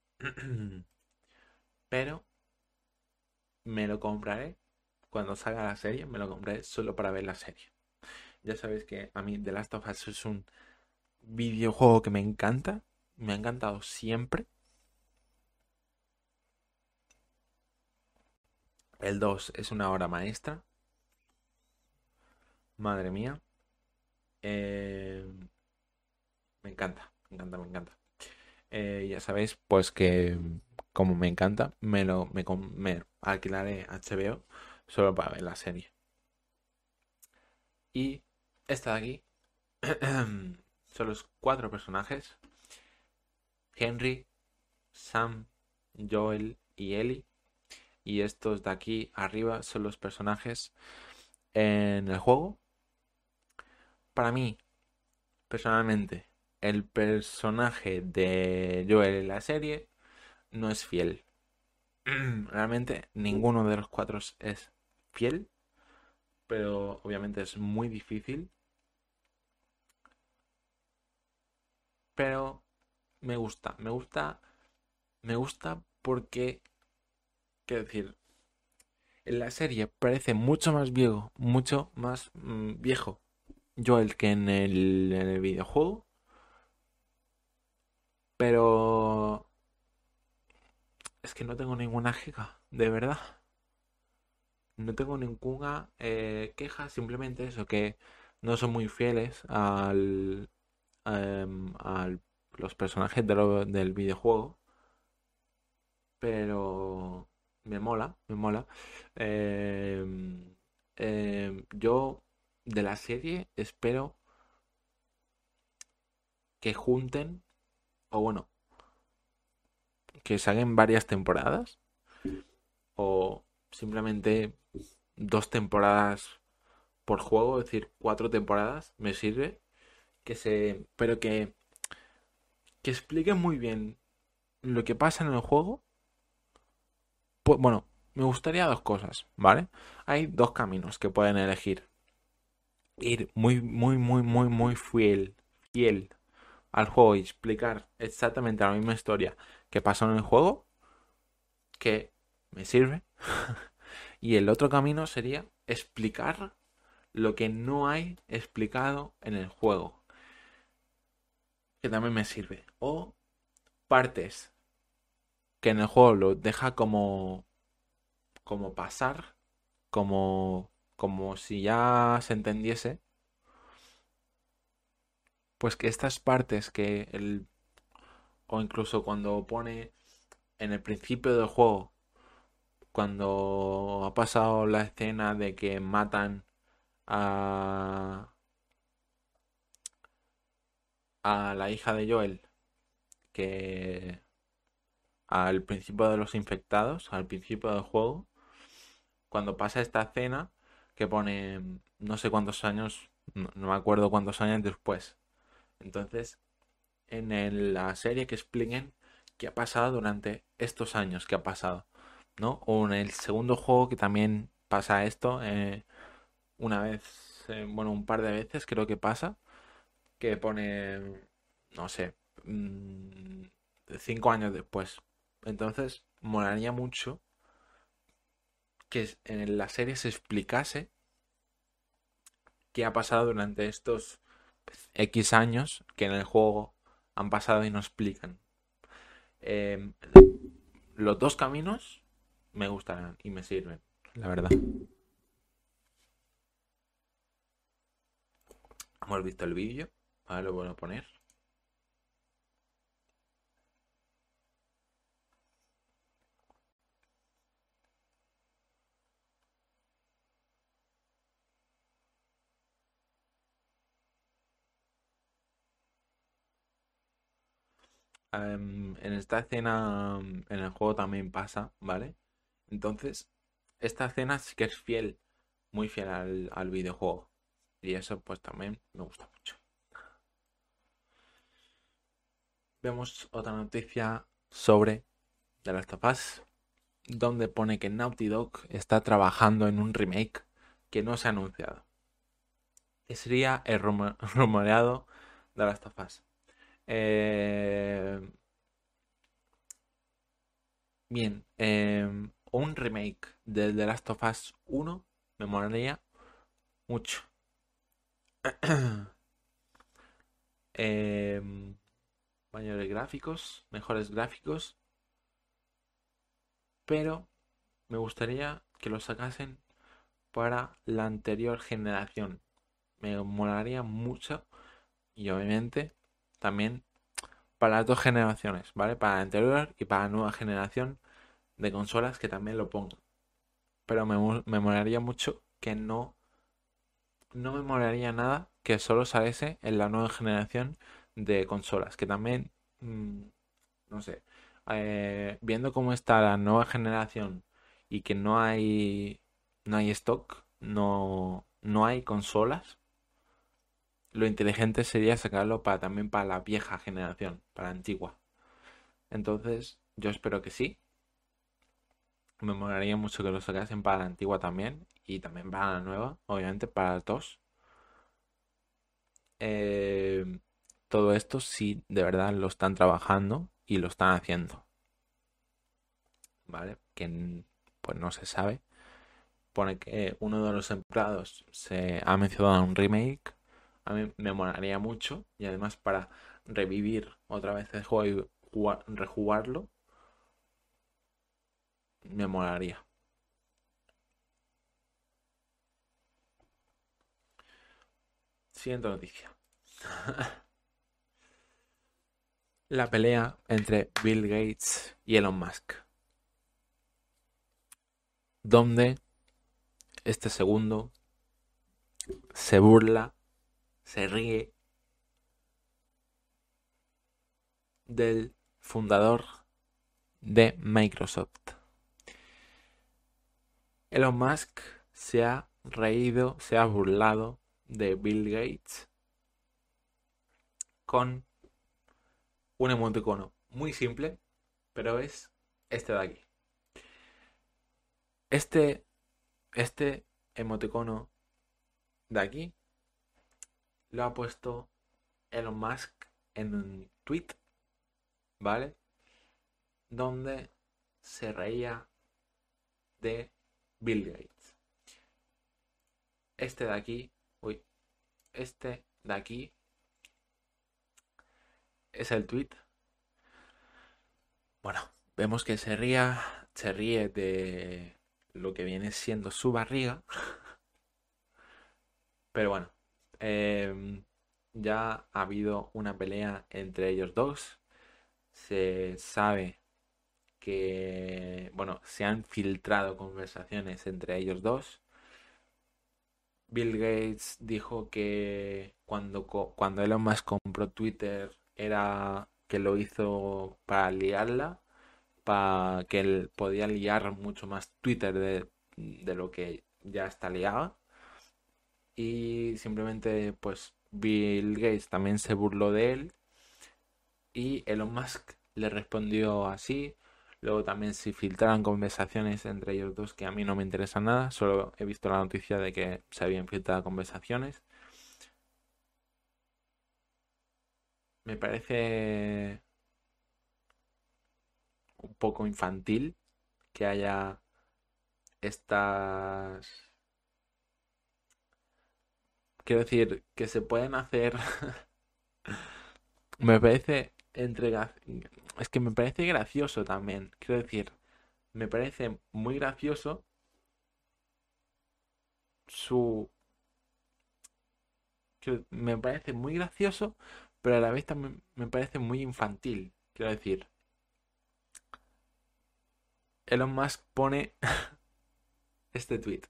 pero me lo compraré cuando salga la serie, me lo compraré solo para ver la serie. Ya sabéis que a mí The Last of Us es un videojuego que me encanta, me ha encantado siempre. El 2 es una obra maestra, madre mía. Eh, me encanta, me encanta, me encanta. Ya sabéis, pues que como me encanta, me alquilaré HBO solo para ver la serie. Y esta de aquí son los cuatro personajes: Henry, Sam, Joel y Ellie. Y estos de aquí arriba son los personajes en el juego. Para mí, personalmente, el personaje de Joel en la serie no es fiel. Realmente ninguno de los cuatro es fiel, pero obviamente es muy difícil. Pero me gusta porque, quiero decir, en la serie parece mucho más viejo, mucho más viejo Joel que en el videojuego, pero es que no tengo ninguna queja, de verdad. No tengo ninguna queja, simplemente eso, que no son muy fieles a los personajes del videojuego, pero me mola, me mola. Yo de la serie espero que junten, o bueno, que salgan varias temporadas, o simplemente dos temporadas por juego, es decir, cuatro temporadas, me sirve. Pero que expliquen muy bien lo que pasa en el juego. Pues bueno, me gustaría dos cosas, ¿vale? Hay dos caminos que pueden elegir. Ir muy, muy, muy, muy, muy fiel al juego y explicar exactamente la misma historia que pasó en el juego, que me sirve. Y el otro camino sería explicar lo que no hay explicado en el juego, que también me sirve. O partes que en el juego lo deja como pasar, como si ya se entendiese, pues que estas partes o incluso cuando pone en el principio del juego, cuando ha pasado la escena de que matan a, a la hija de Joel, que al principio de los infectados, al principio del juego, cuando pasa esta escena que pone no sé cuántos años, no me acuerdo cuántos años después. Entonces, la serie que expliquen qué ha pasado durante estos años que ha pasado, ¿no? O en el segundo juego que también pasa esto, una vez, bueno, un par de veces creo que pasa, que pone, no sé, 5 años después. Entonces, molaría mucho que en la serie se explicase qué ha pasado durante estos X años que en el juego han pasado y no explican. Eh, los dos caminos me gustarán y me sirven, la verdad. Hemos visto el vídeo, ahora lo voy a poner. En esta escena, en el juego también pasa, ¿vale? Entonces, esta escena sí que es fiel, muy fiel al videojuego. Y eso pues también me gusta mucho. Vemos otra noticia sobre The Last of Us, donde pone que Naughty Dog está trabajando en un remake que no se ha anunciado. sería el rumoreado de Last of Us. Eh, Bien, un remake de The Last of Us 1 me molaría mucho. Em, Mayores gráficos, mejores gráficos, pero me gustaría que lo sacasen para la anterior generación. Me molaría mucho y obviamente también para las dos generaciones, ¿vale? Para la anterior y para la nueva generación de consolas que también lo pongan. Pero me molaría mucho que no me molaría nada que solo saliese en la nueva generación de consolas. Que también, no sé, viendo cómo está la nueva generación y que no hay stock, no hay consolas, lo inteligente sería sacarlo para también para la vieja generación, para la antigua. Entonces, yo espero que sí. Me molaría mucho que lo sacasen para la antigua también y también para la nueva, obviamente para las dos. Eh, Todo esto sí de verdad lo están trabajando y lo están haciendo, ¿vale? Que pues no se sabe. Pone que uno de los empleados se ha mencionado un remake. A mí me molaría mucho y además para revivir otra vez el juego y rejugarlo, me molaría. Siguiente noticia. La pelea entre Bill Gates y Elon Musk, donde este segundo se burla, se ríe del fundador de Microsoft. Elon Musk se ha reído, se ha burlado de Bill Gates con un emoticono muy simple, pero es este de aquí. Este, este emoticono de aquí lo ha puesto Elon Musk en un tweet, ¿vale? Donde se reía de Bill Gates. Este de aquí, uy, este de aquí es el tweet. Bueno, vemos que se ríe de lo que viene siendo su barriga, pero bueno, ya ha habido una pelea entre ellos dos. Se sabe que, bueno, se han filtrado conversaciones entre ellos dos. Bill Gates dijo que cuando Elon Musk compró Twitter era que lo hizo para liarla, para que él podía liar mucho más Twitter de lo que ya está liado. Y simplemente, pues, Bill Gates también se burló de él y Elon Musk le respondió así. Luego también se filtraron conversaciones entre ellos dos que a mí no me interesa nada. Solo he visto la noticia de que se habían filtrado conversaciones. Me parece un poco infantil que haya estas... Quiero decir, que se pueden hacer... Me parece es que me parece gracioso también. Quiero decir, me parece muy gracioso su... Me parece muy gracioso, pero a la vez también me parece muy infantil. Quiero decir, Elon Musk pone este tweet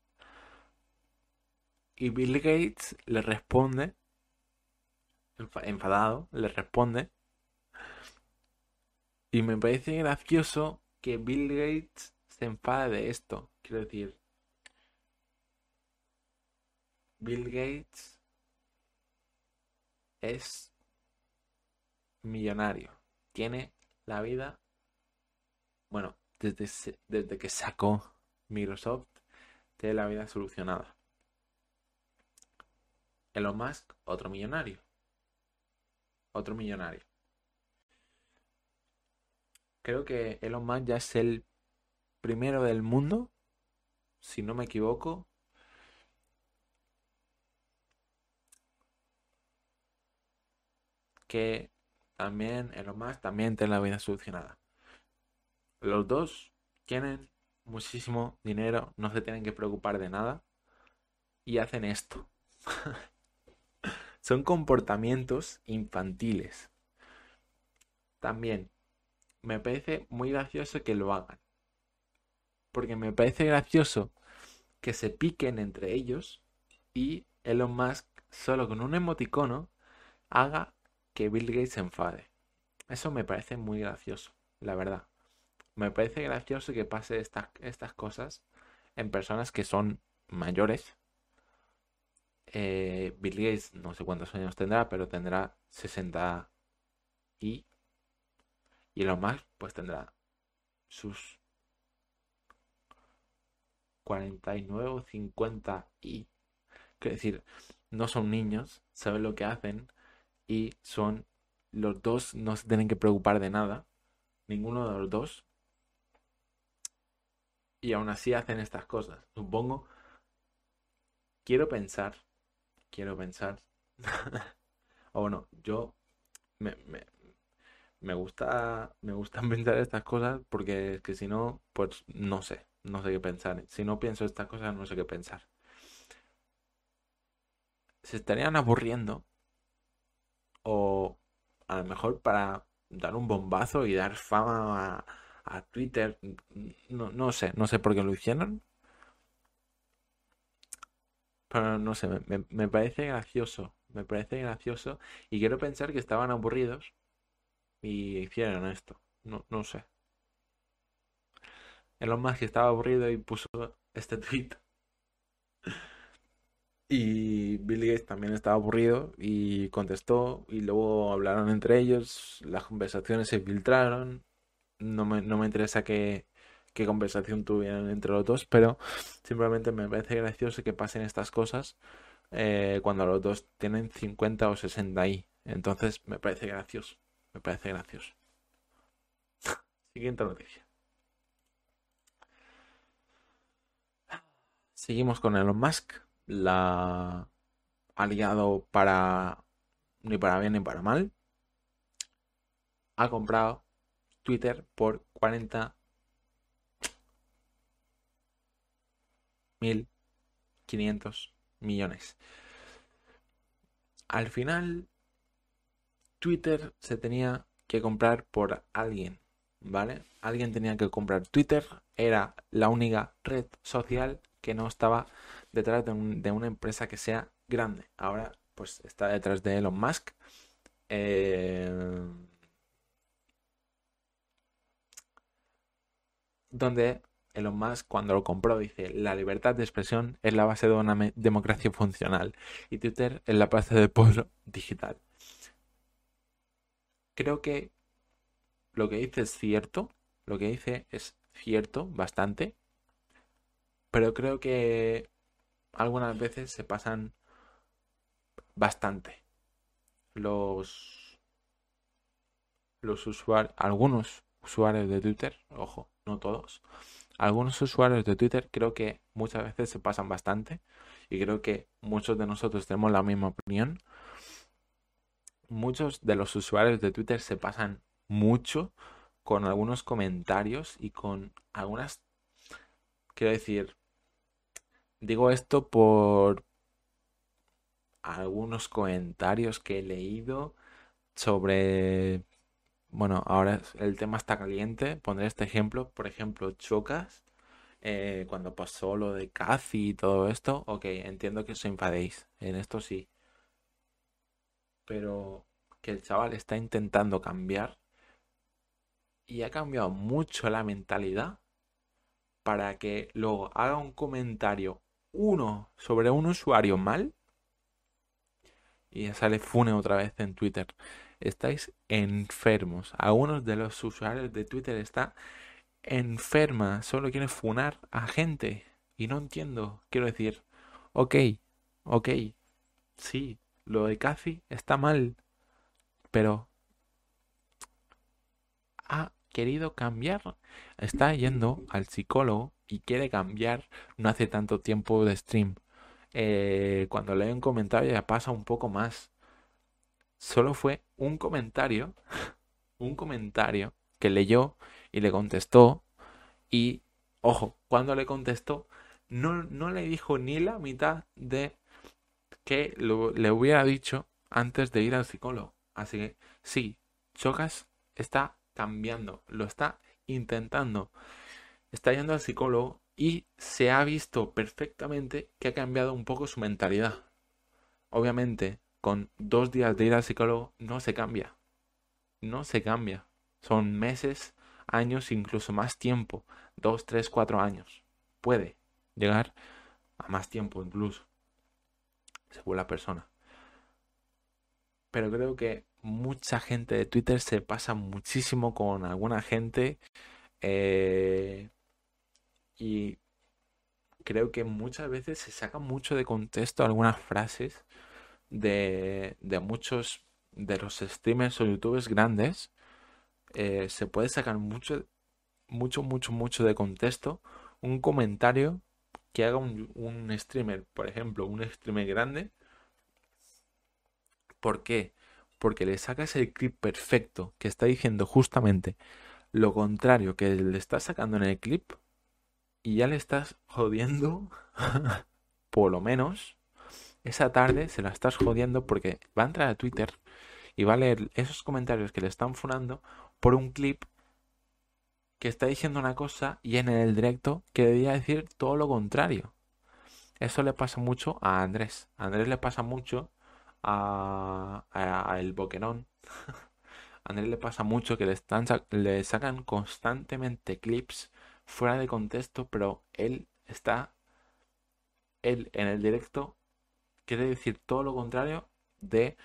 y Bill Gates le responde, enfadado, le responde, y me parece gracioso que Bill Gates se enfade de esto. Quiero decir, Bill Gates es millonario. Tiene la vida, bueno, desde que sacó Microsoft, tiene la vida solucionada. Elon Musk, otro millonario. Otro millonario. Creo que Elon Musk ya es el primero del mundo, si no me equivoco, que también Elon Musk también tiene la vida solucionada. Los dos tienen muchísimo dinero, no se tienen que preocupar de nada y hacen esto. Son comportamientos infantiles. También me parece muy gracioso que lo hagan. Porque me parece gracioso que se piquen entre ellos y Elon Musk, solo con un emoticono, haga que Bill Gates se enfade. Eso me parece muy gracioso, la verdad. Me parece gracioso que pase estas cosas en personas que son mayores. Bill Gates no sé cuántos años tendrá, pero tendrá 60 y Elon Musk pues tendrá sus 49 o 50 y... Quiero decir, no son niños, saben lo que hacen y son... Los dos no se tienen que preocupar de nada, ninguno de los dos, y aún así hacen estas cosas. Supongo, quiero pensar, quiero pensar, o bueno, yo me, me, me gusta pensar estas cosas porque es que si no, pues no sé qué pensar. Si no pienso estas cosas, no sé qué pensar. Se estarían aburriendo o a lo mejor para dar un bombazo y dar fama a Twitter. No sé por qué lo hicieron, pero no sé, me parece gracioso. Me parece gracioso y quiero pensar que estaban aburridos y hicieron esto. No sé. Elon Musk estaba aburrido y puso este tweet. Y Bill Gates también estaba aburrido y contestó y luego hablaron entre ellos, las conversaciones se filtraron. No me interesa qué conversación tuvieran entre los dos, pero simplemente me parece gracioso que pasen estas cosas cuando los dos tienen 50 o 60 y entonces me parece gracioso, me parece gracioso. Siguiente noticia. Seguimos con Elon Musk, la ha liado para ni para bien ni para mal. Ha comprado Twitter por 40.500 millones. Al final, Twitter se tenía que comprar por alguien, ¿vale? Alguien tenía que comprar Twitter, era la única red social que no estaba detrás de una empresa que sea grande. Ahora, pues está detrás de Elon Musk. eh, Donde Elon Musk, cuando lo compró, dice: la libertad de expresión es la base de una democracia funcional y Twitter es la base del pueblo digital. Creo que lo que dice es cierto, lo que dice es cierto bastante, pero creo que algunas veces se pasan bastante los usuarios, algunos usuarios de Twitter, ojo, no todos, algunos usuarios de Twitter creo que muchas veces se pasan bastante y creo que muchos de nosotros tenemos la misma opinión. Muchos de los usuarios de Twitter se pasan mucho con algunos comentarios y con algunas, quiero decir, digo esto por algunos comentarios que he leído sobre, bueno, ahora el tema está caliente, pondré este ejemplo, por ejemplo, Chocas, cuando pasó lo de Cathy y todo esto, ok, entiendo que os enfadéis, en esto sí, pero que el chaval está intentando cambiar y ha cambiado mucho la mentalidad para que luego haga un comentario uno sobre un usuario mal y ya sale Fune otra vez en Twitter. Estáis enfermos. Algunos de los usuarios de Twitter está enferma. Solo quieren funar a gente. Y no entiendo. Quiero decir, ok, ok. Sí, lo de Cathy está mal, pero ha querido cambiar. Está yendo al psicólogo y quiere cambiar. No hace tanto tiempo de stream. Cuando lee un comentario ya pasa un poco más. Solo fue un comentario que leyó y le contestó. Y, ojo, cuando le contestó, no le dijo ni la mitad de que le hubiera dicho antes de ir al psicólogo. Así que sí, Chocas está cambiando, lo está intentando, está yendo al psicólogo y se ha visto perfectamente que ha cambiado un poco su mentalidad. Obviamente, con 2 días de ir al psicólogo no se cambia, no se cambia. Son meses, años, incluso más tiempo, 2, 3, 4 años. Puede llegar a más tiempo incluso, según la persona. Pero creo que mucha gente de Twitter se pasa muchísimo con alguna gente eh, y creo que muchas veces se saca mucho de contexto algunas frases de muchos de los streamers o youtubers grandes. Se puede sacar mucho de contexto un comentario que haga un streamer, por ejemplo, un streamer grande. ¿Por qué? Porque le sacas el clip perfecto que está diciendo justamente lo contrario que le estás sacando en el clip y ya le estás jodiendo, por lo menos esa tarde se la estás jodiendo porque va a entrar a Twitter y va a leer esos comentarios que le están funando por un clip que está diciendo una cosa y en el directo que debía decir todo lo contrario. Eso le pasa mucho a Andrés. A Andrés le pasa mucho a el Boquerón. A Andrés le pasa mucho que le sacan constantemente clips fuera de contexto, pero él en el directo quiere decir todo lo contrario de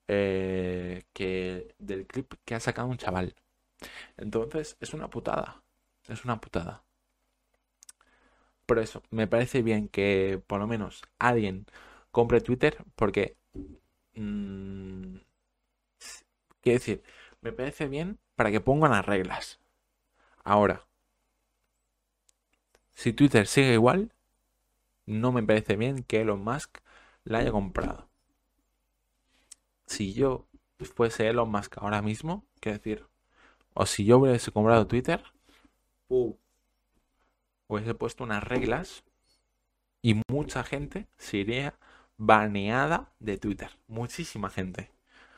que del clip que ha sacado un chaval. Entonces es una putada, es una putada. Por eso, me parece bien que por lo menos alguien compre Twitter porque, mm, quiero decir, me parece bien para que pongan las reglas. Ahora, si Twitter sigue igual, no me parece bien que Elon Musk la haya comprado. Si yo fuese Elon Musk ahora mismo, quiero decir, o si yo hubiese comprado Twitter, uh, hubiese puesto unas reglas y mucha gente se iría baneada de Twitter. Muchísima gente.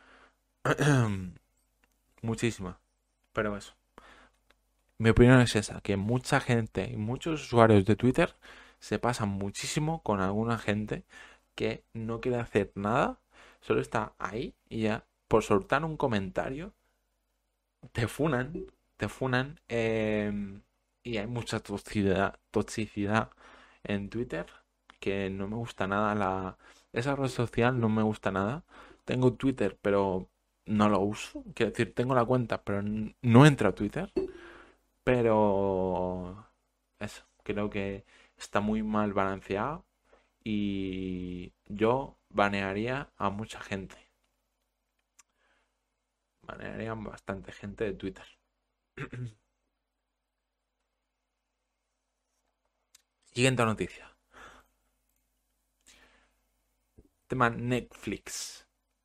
Muchísima. Pero eso. Mi opinión es esa, que mucha gente y muchos usuarios de Twitter se pasan muchísimo con alguna gente que no quiere hacer nada, solo está ahí y ya por soltar un comentario te funan, te funan y hay mucha toxicidad en Twitter que no me gusta nada esa red social no me gusta nada. Tengo Twitter, pero no lo uso. Quiero decir, tengo la cuenta, pero no entro a Twitter. Pero eso, creo que está muy mal balanceado y yo banearía a mucha gente. Banearía a bastante gente de Twitter. Siguiente noticia. Tema Netflix.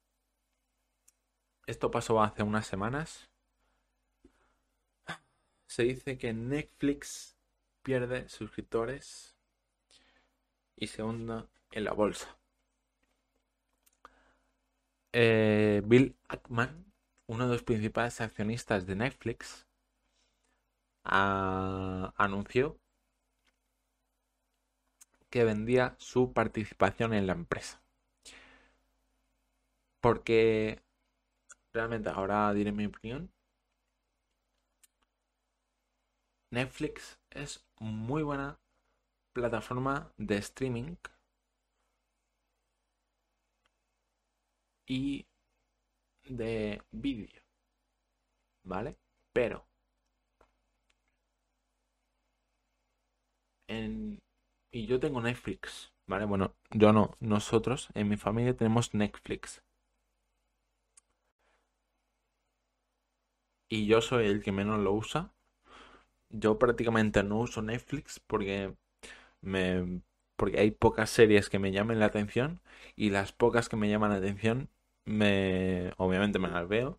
Esto pasó hace unas semanas. Se dice que Netflix pierde suscriptores y se hunde en la bolsa. Bill Ackman, uno de los principales accionistas de Netflix, anunció que vendía su participación en la empresa. Porque realmente, ahora diré mi opinión, Netflix es muy buena plataforma de streaming y de vídeo, ¿vale? Pero y yo tengo Netflix, ¿vale? Bueno, yo no, nosotros en mi familia tenemos Netflix. Y yo soy el que menos lo usa. Yo prácticamente no uso Netflix me, porque hay pocas series que me llamen la atención y las pocas que me llaman la atención obviamente me las veo,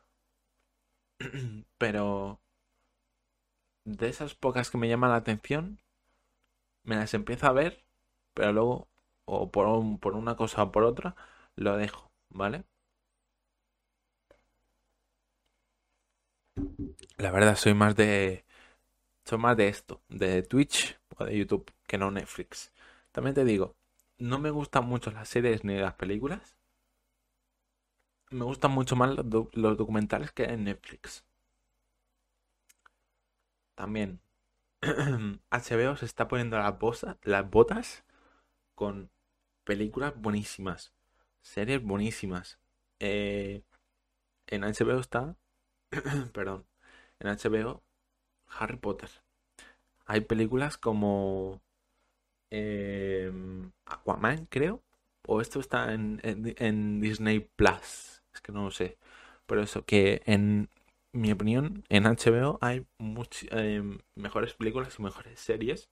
pero de esas pocas que me llaman la atención me las empiezo a ver, pero luego o por una cosa o por otra lo dejo, ¿vale? La verdad soy más de esto, de Twitch o de YouTube que no Netflix. También te digo, no me gustan mucho las series ni las películas. Me gustan mucho más los documentales que en Netflix. También HBO se está poniendo las botas con películas buenísimas, series buenísimas. Eh, en HBO está, perdón, en HBO Harry Potter. Hay películas como Aquaman, creo. O esto está en Disney Plus. Es que no lo sé. Pero eso, que en mi opinión, en HBO hay mejores películas y mejores series.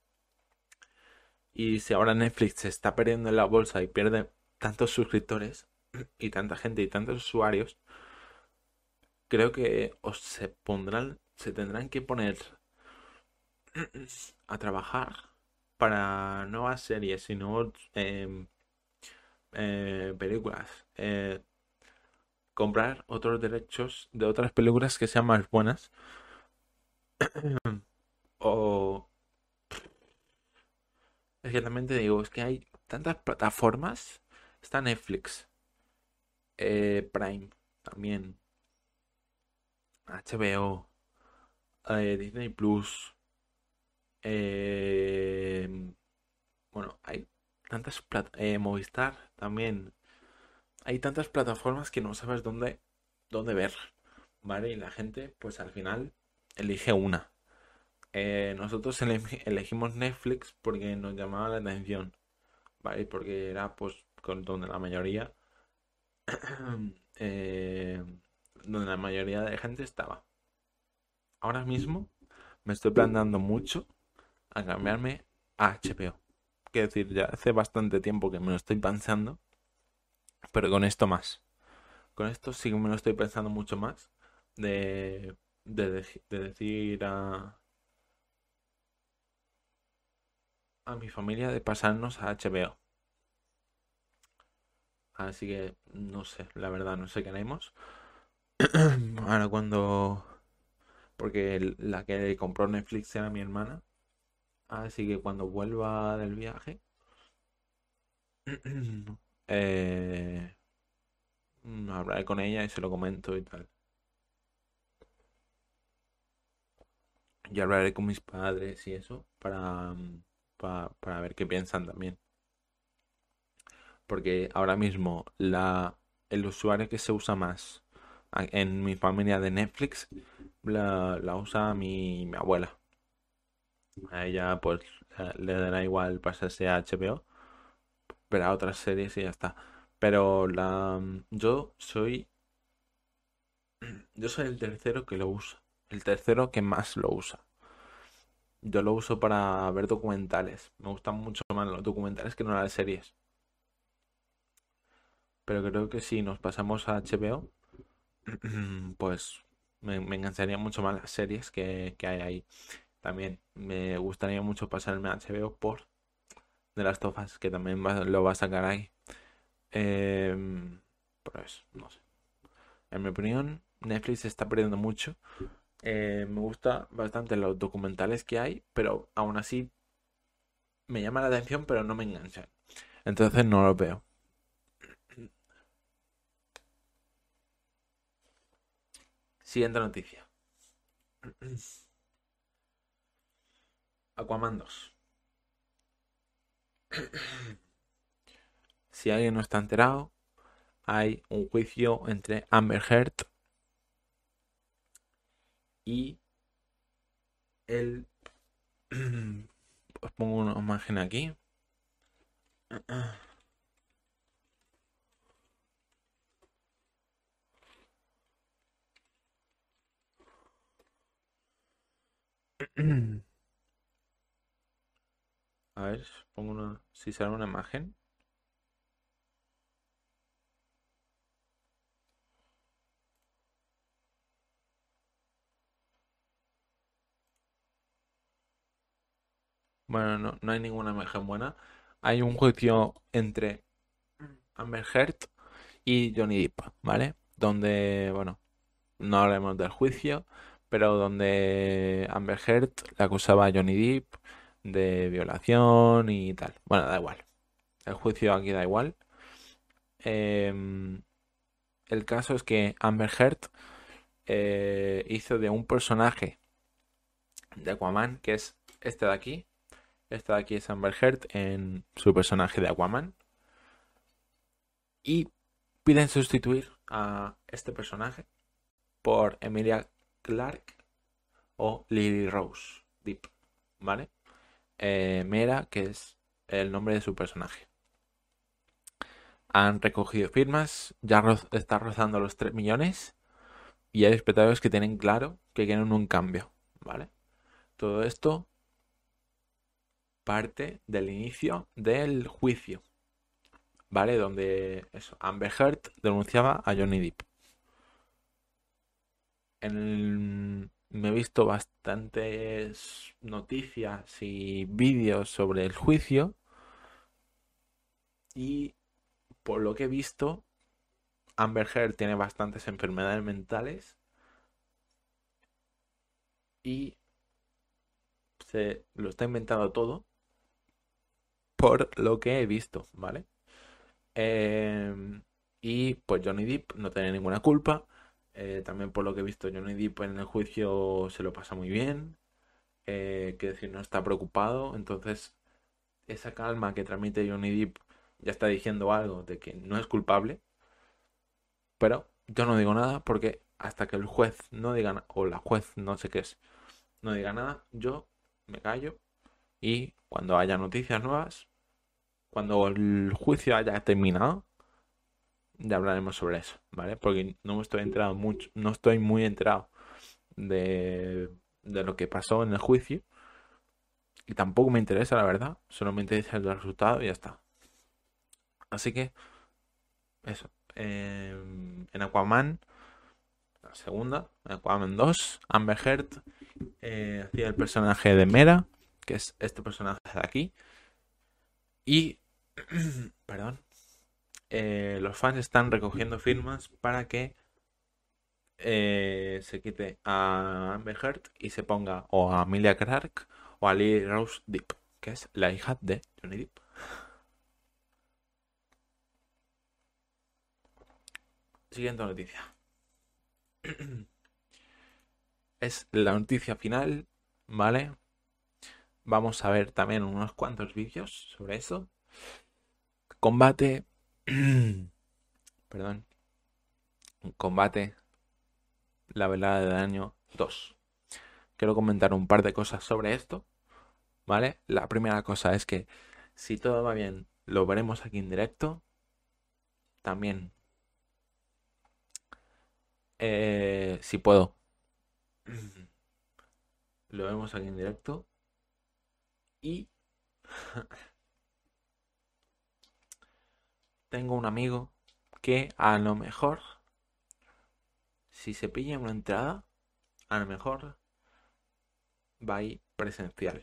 Y si ahora Netflix se está perdiendo en la bolsa y pierde tantos suscriptores y tanta gente y tantos usuarios, creo que se tendrán que poner a trabajar para nuevas series y nuevos películas. Comprar otros derechos de otras películas que sean más buenas. O es que también te digo, es que hay tantas plataformas. Está Netflix, Prime, también HBO, Disney Plus. eh, bueno, hay Movistar también. Hay tantas plataformas que no sabes dónde ver, ¿vale? Y la gente, pues al final, elige una. Nosotros elegimos Netflix porque nos llamaba la atención, ¿vale? Porque era, pues, donde la mayoría, eh, donde la mayoría de gente estaba. Ahora mismo me estoy planteando mucho a cambiarme a HBO. Quiero decir, ya hace bastante tiempo que me lo estoy pensando, pero con esto más. Con esto sí que me lo estoy pensando mucho más de decir a mi familia de pasarnos a HBO. Así que no sé, la verdad, no sé qué haremos. Ahora cuando... Porque la que compró Netflix era mi hermana. Así que cuando vuelva del viaje, eh, hablaré con ella y se lo comento y tal. Yo hablaré con mis padres y eso para ver qué piensan también. Porque ahora mismo el usuario que se usa más en mi familia de Netflix la usa mi abuela. A ella pues le dará igual pasarse a HBO, pero a otras series y ya está. Pero yo soy el tercero que lo usa, el tercero que más lo usa. Yo lo uso para ver documentales. Me gustan mucho más los documentales que no las series. Pero creo que si nos pasamos a HBO, pues me engancharía mucho más las series que hay ahí. También me gustaría mucho pasarme a HBO por The Last of Us, que también lo va a sacar ahí. Pues no sé. En mi opinión, Netflix se está perdiendo mucho. Me gusta bastante los documentales que hay, pero aún así me llama la atención, pero no me enganchan. Entonces no los veo. Siguiente noticia. Aquaman 2. Si alguien no está enterado, hay un juicio entre Amber Heard y el... Os pongo una imagen aquí. A ver, pongo una, si sale una imagen. Bueno, no hay ninguna imagen buena. Hay un juicio entre Amber Heard y Johnny Depp, ¿vale? Donde, bueno, no hablemos del juicio, pero donde Amber Heard le acusaba a Johnny Depp de violación y tal. Bueno, da igual. El juicio aquí da igual. Em, el caso es que Amber Heard hizo de un personaje de Aquaman, que es este de aquí. Este de aquí es Amber Heard en su personaje de Aquaman. Y piden sustituir a este personaje por Emilia Clarke o Lily Rose Depp, ¿vale? Mera, que es el nombre de su personaje. Han recogido firmas, ya está rozando los 3 millones y hay espectadores que tienen claro que quieren un cambio, ¿vale? Todo esto parte del inicio del juicio, ¿vale? Donde eso, Amber Heard denunciaba a Johnny Depp. Me he visto bastantes noticias y vídeos sobre el juicio y por lo que he visto, Amber Heard tiene bastantes enfermedades mentales y se lo está inventando todo por lo que he visto, ¿vale? Y pues Johnny Depp no tiene ninguna culpa. También por lo que he visto, Johnny Depp en el juicio se lo pasa muy bien. Que decir, no está preocupado. Entonces, esa calma que transmite Johnny Depp ya está diciendo algo de que no es culpable. Pero yo no digo nada porque hasta que el juez no diga nada, o la juez, no sé qué es, no diga nada, yo me callo y cuando haya noticias nuevas, cuando el juicio haya terminado, ya hablaremos sobre eso, ¿vale? Porque no me estoy enterado mucho, no estoy muy enterado de lo que pasó en el juicio y tampoco me interesa, la verdad, solo me interesa el resultado y ya está. Así que, eso. En Aquaman, la segunda, en Aquaman 2, Amber Heard hacía el personaje de Mera, que es este personaje de aquí, y, perdón, los fans están recogiendo firmas para que se quite a Amber Heard y se ponga o a Emilia Clarke o a Lily Rose Depp, que es la hija de Johnny Depp. Siguiente noticia. Es la noticia final, ¿vale? Vamos a ver también unos cuantos vídeos sobre eso. Combate. Perdón. Combate. La velada del año 2. Quiero comentar un par de cosas sobre esto, ¿vale? La primera cosa es que si todo va bien, lo veremos aquí en directo. También, si puedo, lo vemos aquí en directo. Y tengo un amigo que a lo mejor, si se pilla una entrada, a lo mejor va a ir presencial.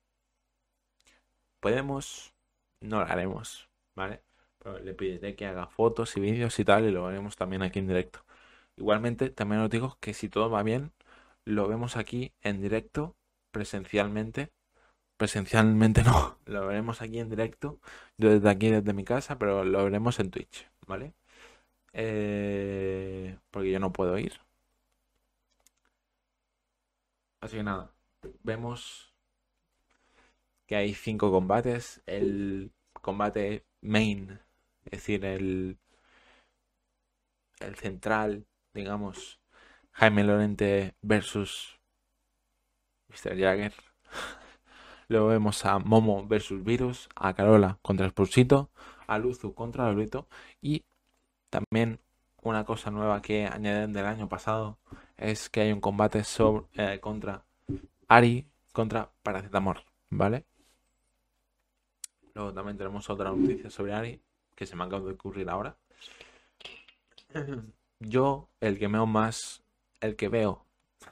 Podemos, no lo haremos, ¿vale? Pero le pediré que haga fotos y vídeos y tal y lo veremos también aquí en directo. Igualmente, también os digo que si todo va bien, lo vemos aquí en directo, presencialmente. Presencialmente no, lo veremos aquí en directo, yo desde aquí, desde mi casa, pero lo veremos en Twitch, ¿vale? Porque yo no puedo ir. Así que nada, vemos que hay 5 combates. El combate main, es decir, el central, digamos, Jaime Lorente versus Mr. Jagger. Luego vemos a Momo versus Virus, a Carola contra Spursito, a Luzu contra Lolito y también una cosa nueva que añaden del año pasado es que hay un combate contra Ari contra Paracetamol, ¿vale? Luego también tenemos otra noticia sobre Ari que se me acaba de ocurrir ahora. Yo, el que veo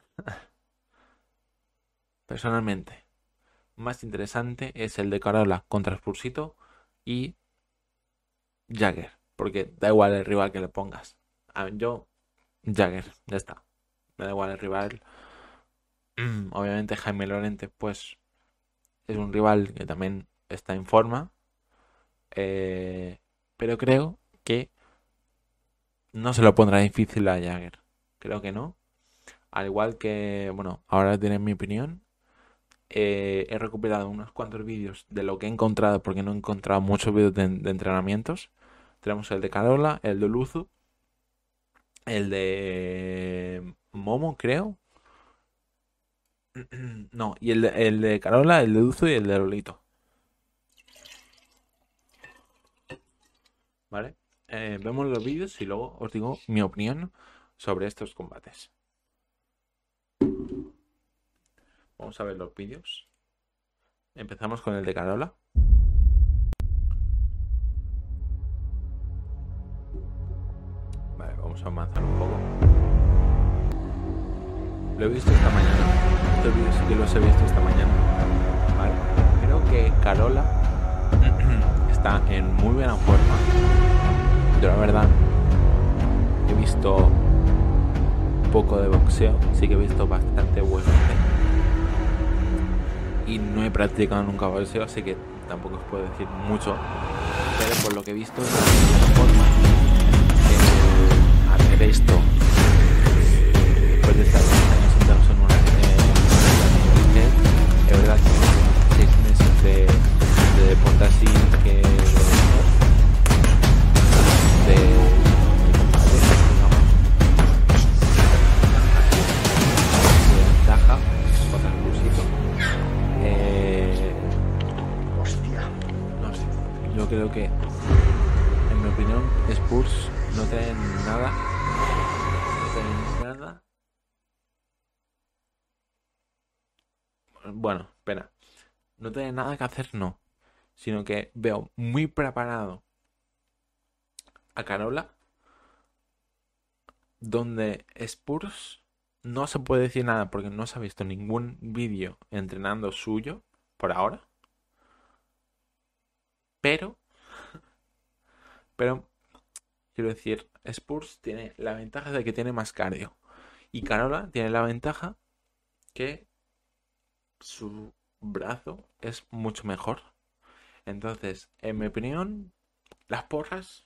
personalmente más interesante es el de Carola contra Spursito y Jagger, porque da igual el rival que le pongas. Yo, Jagger, ya está. Me da igual el rival. Obviamente Jaime Lorente, pues, es un rival que también está en forma. Pero creo que no se lo pondrá difícil a Jagger. Creo que no. Al igual que, bueno, ahora tienes mi opinión. He recuperado unos cuantos vídeos de lo que he encontrado, porque no he encontrado muchos vídeos de entrenamientos. Tenemos el de Carola, el de Luzu, el de Momo, creo. No, y el de Carola, el de Luzu y el de Lolito. ¿Vale? Vemos los vídeos y luego os digo mi opinión sobre estos combates. Vamos a ver los vídeos. Empezamos con el de Carola. Vale, vamos a avanzar un poco. Lo he visto esta mañana. Estos vídeos sí que los he visto esta mañana. Vale. Creo que Carola está en muy buena forma. Yo la verdad he visto poco de boxeo. Sí que he visto bastante UFC. Y no he practicado nunca boxeo, así que tampoco os puedo decir mucho. Pero por lo que he visto, es la forma hacer esto después de estar 6 años sentados en una es verdad que 6 meses de deporte así que de ventaja contra el Crucito. No sé, yo creo que en mi opinión Spurs no traen nada. Bueno, espera. No tiene nada que hacer, no. Sino que veo muy preparado a Carola. Donde Spurs no se puede decir nada porque no se ha visto ningún vídeo entrenando suyo por ahora. Pero quiero decir, Spurs tiene la ventaja de que tiene más cardio. Y Carola tiene la ventaja que su brazo es mucho mejor. Entonces, en mi opinión, las porras,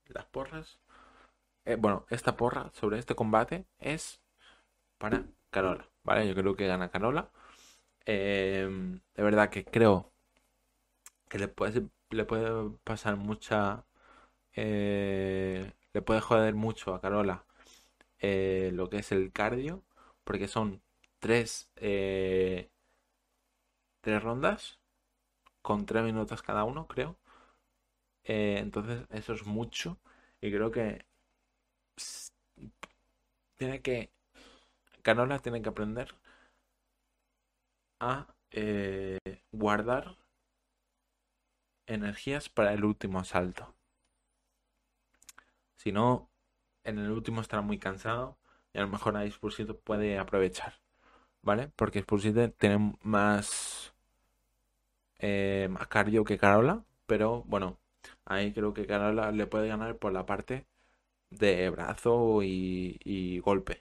bueno, esta porra sobre este combate es para Carola, ¿vale? Yo creo que gana Carola. De verdad que creo que le puede pasar le puede joder mucho a Carola lo que es el cardio, porque son tres rondas con 3 minutos cada uno, creo. Entonces eso es mucho y creo que tiene que Carola tiene que aprender a guardar energías para el último asalto. Si no, en el último estará muy cansado y a lo mejor ahí Spursito puede aprovechar, ¿vale? Porque Spursito tiene más cardio que Carola, pero bueno, ahí creo que Carola le puede ganar por la parte de brazo y golpe.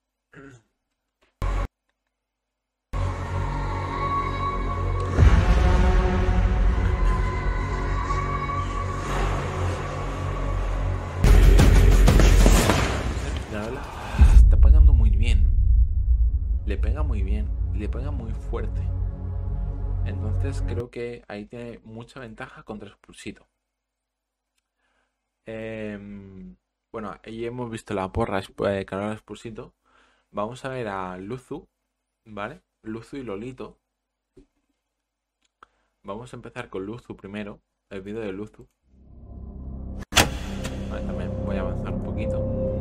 Carola se está pegando muy bien, le pega muy bien, le pega muy fuerte. Entonces creo que ahí tiene mucha ventaja contra Spursito. Bueno, ahí hemos visto la porra de Carola Spursito. Vamos a ver a Luzu, ¿vale? Luzu y Lolito. Vamos a empezar con Luzu primero, el vídeo de Luzu. Vale, también voy a avanzar un poquito.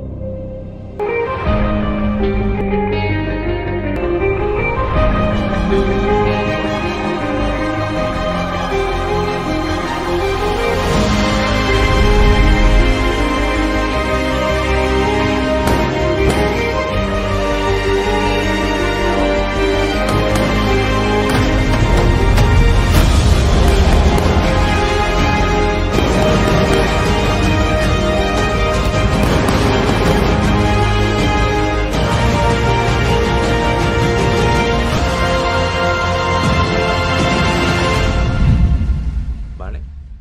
Vale.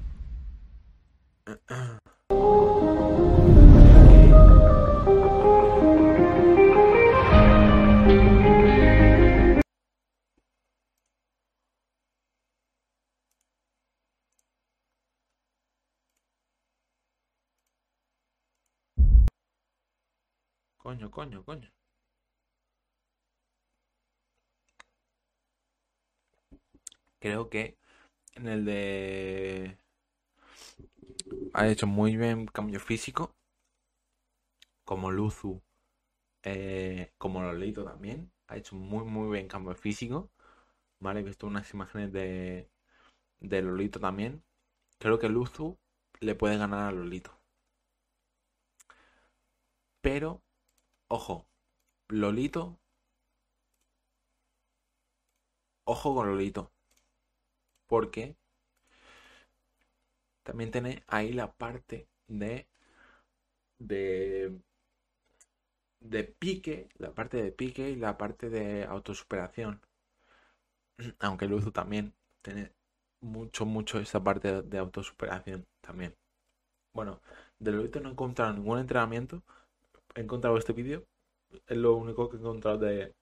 Coño, coño, coño. Creo que en el de... Ha hecho muy bien cambio físico. Como Luzu. Como Lolito también. Ha hecho muy bien cambio físico. Vale, he visto unas imágenes de Lolito también. Creo que Luzu le puede ganar a Lolito. Pero, ojo, Lolito. Ojo con Lolito. Porque también tiene ahí la parte de, de pique, la parte de pique y la parte de autosuperación. Aunque Luzu también tiene mucho esa parte de autosuperación también. Bueno, de Lolito no he encontrado ningún entrenamiento. He encontrado este vídeo. Es lo único que he encontrado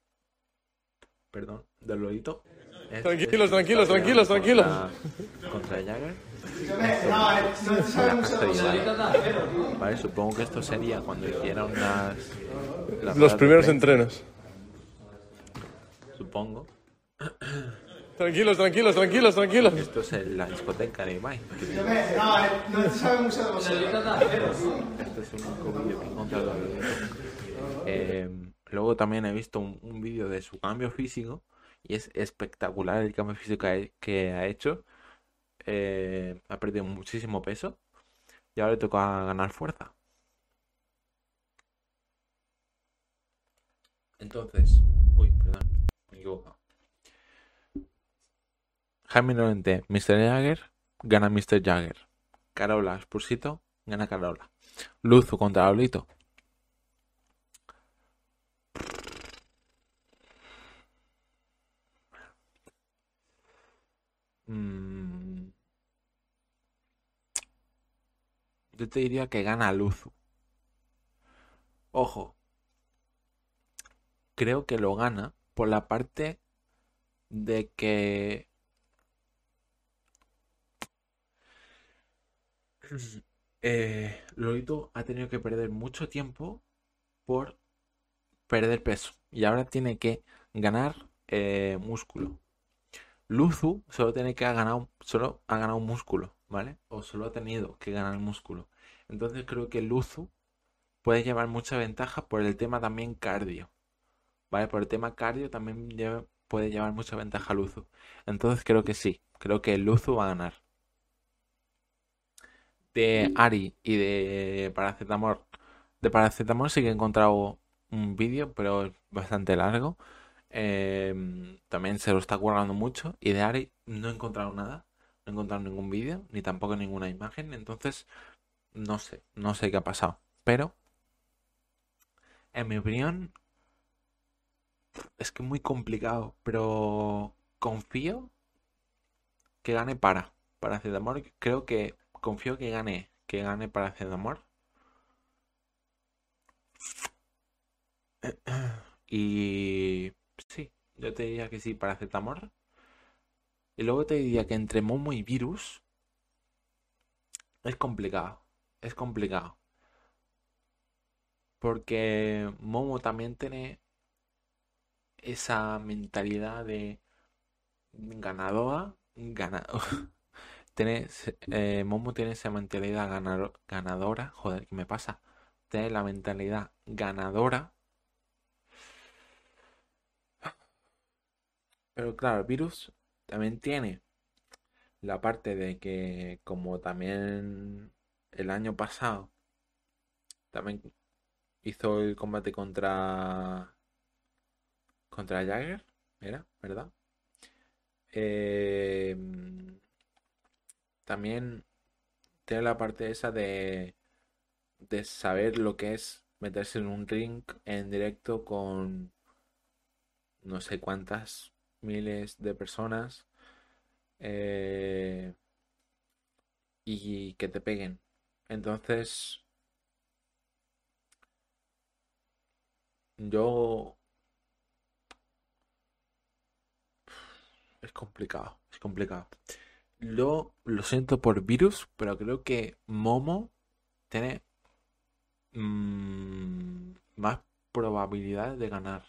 de Lolito.
Tranquilos, tranquilos, tranquilos, tranquilos.
Contra Jagger. Vale, supongo que esto sería cuando hicieron las
Los
ruedas
primeros
de prensa,
entrenos.
supongo.
Tranquilos, tranquilos, tranquilos, tranquilos.
Esto es la discoteca de Ibai. Este es un único vídeo que he encontrado de Lolito. Luego también he visto un vídeo de su cambio físico y es espectacular el cambio físico que ha hecho. Ha perdido muchísimo peso y ahora le toca ganar fuerza. Entonces, uy, perdón, me he equivocado. Jaime Lorente, Mr. Jagger, gana Mr. Jagger. Carola Spursito, gana Carola. Luzu contra Lolito. Yo te diría que gana Luzu. Ojo, creo que lo gana por la parte de que Lolito ha tenido que perder mucho tiempo por perder peso y ahora tiene que ganar músculo. Luzu solo ha ganado músculo, ¿vale? O solo ha tenido que ganar músculo. Entonces creo que Luzu puede llevar mucha ventaja por el tema también cardio, ¿vale? Por el tema cardio también puede llevar mucha ventaja Luzu. Entonces creo que sí, creo que Luzu va a ganar. De Ari y de Paracetamol. De Paracetamol sí que he encontrado un vídeo, pero es bastante largo. También se lo está currando mucho. Y de Ari no he encontrado nada. No he encontrado ningún vídeo, ni tampoco ninguna imagen. Entonces, no sé qué ha pasado. Pero, en mi opinión, es que es muy complicado. Pero confío que gane Paracetamol. Creo que confío que gane Paracetamol. Y sí, yo te diría que sí, Paracetamol. Y luego te diría que entre Momo y Virus es complicado. Es complicado. Porque Momo también tiene esa mentalidad de ganadora, gana... Momo tiene esa mentalidad ganadora. Joder, ¿qué me pasa? Tiene la mentalidad ganadora. Pero claro, el virus también tiene la parte de que, como también el año pasado, también hizo el combate contra Jagger, ¿era? ¿Verdad? Eh, También tiene la parte esa de saber lo que es meterse en un ring en directo con no sé cuántas miles de personas, eh, y que te peguen. Entonces, yo... Es complicado, es complicado. Lo siento por Virus, pero creo que Momo tiene más probabilidades de ganar.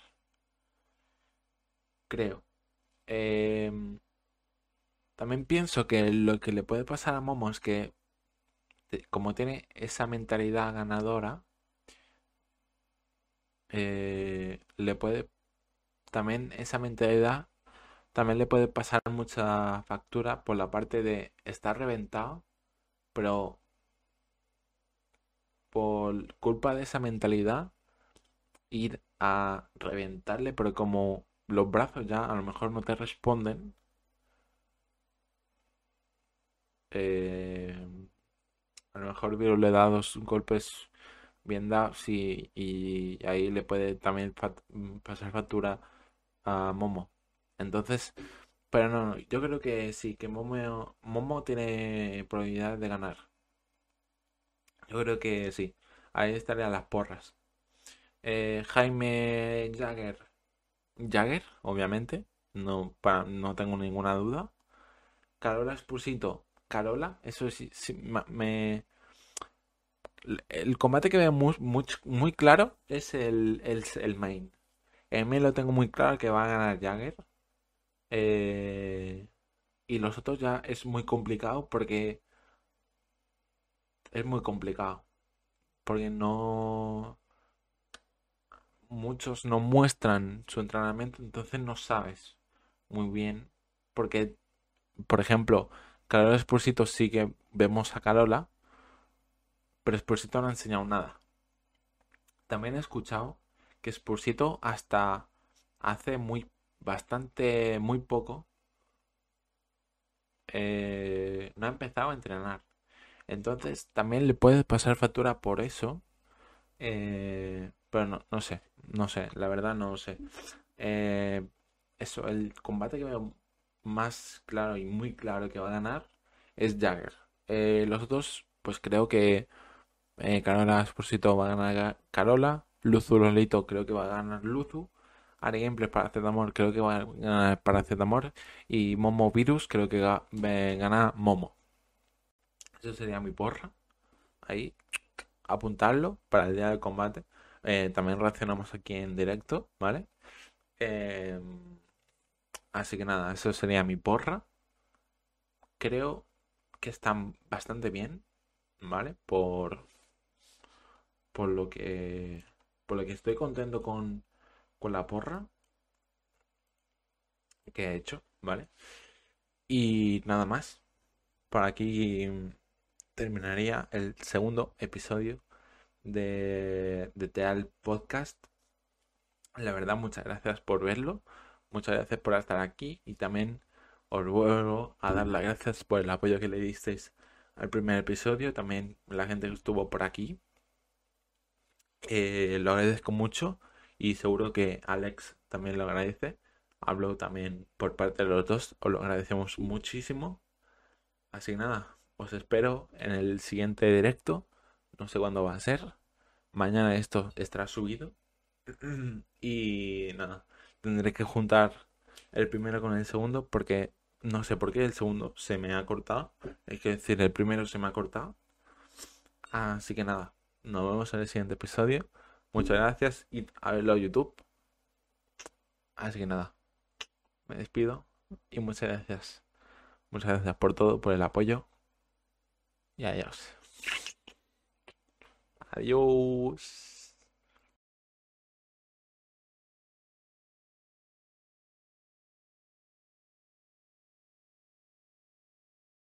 Creo. Em, También pienso que lo que le puede pasar a Momo es que, como tiene esa mentalidad ganadora, le puede también esa mentalidad también le puede pasar mucha factura por la parte de estar reventado, pero por culpa de esa mentalidad ir a reventarle, pero como los brazos ya a lo mejor no te responden, eh, a lo mejor Virus le da dos golpes bien dados y ahí le puede también pasar factura a Momo. Entonces, pero no, yo creo que sí, que Momo tiene probabilidad de ganar. Yo creo que sí. Ahí estarían las porras. Jaime Jagger. Jagger, obviamente. No, no tengo ninguna duda. Carola Expulsito. Carola, eso sí, sí, el combate que veo muy claro es el main. El main lo tengo muy claro que va a ganar Jagger. Eh, y los otros ya es muy complicado porque es muy complicado. Porque no... Muchos no muestran su entrenamiento, entonces no sabes muy bien. Porque, por ejemplo, Carola Esposito sí que vemos a Carola, pero Esposito no ha enseñado nada. También he escuchado que Esposito hasta hace muy poco, no ha empezado a entrenar. Entonces también le puede pasar factura por eso. Pero no sé, no sé, la verdad no sé. Eh, Eso, el combate que veo más claro y muy claro que va a ganar es Jagger. Los otros, pues creo que Carola Esposito va a ganar Carola. Luzu Lolito creo que va a ganar Luzu. Ari Gameplays Paracetamol creo que va a ganar Paracetamol. Y Momo Virus creo que gana Momo. Eso sería mi porra. Ahí, apuntarlo para el día del combate. También reaccionamos aquí en directo, ¿vale? Eh, Así que nada, eso sería mi porra. Creo que están bastante bien, ¿vale? Por lo que, por lo que estoy contento con la porra que he hecho, ¿vale? Y nada más. Por aquí terminaría el segundo episodio de Teal Podcast. La verdad, muchas gracias por verlo. Muchas gracias por estar aquí. Y también os vuelvo a dar las gracias por el apoyo que le disteis al primer episodio. También la gente que estuvo por aquí. Lo agradezco mucho. Y seguro que Alex también lo agradece. Hablo también por parte de los dos. Os lo agradecemos muchísimo. Así que nada, os espero en el siguiente directo. No sé cuándo va a ser. Mañana esto estará subido. Y nada, tendré que juntar el primero con el segundo porque no sé por qué el segundo se me ha cortado. Es que decir, el primero se me ha cortado. Así que nada, nos vemos en el siguiente episodio. Muchas gracias y a verlo a YouTube. Así que nada, me despido y muchas gracias. Muchas gracias por todo, por el apoyo. Y adiós. Adiós.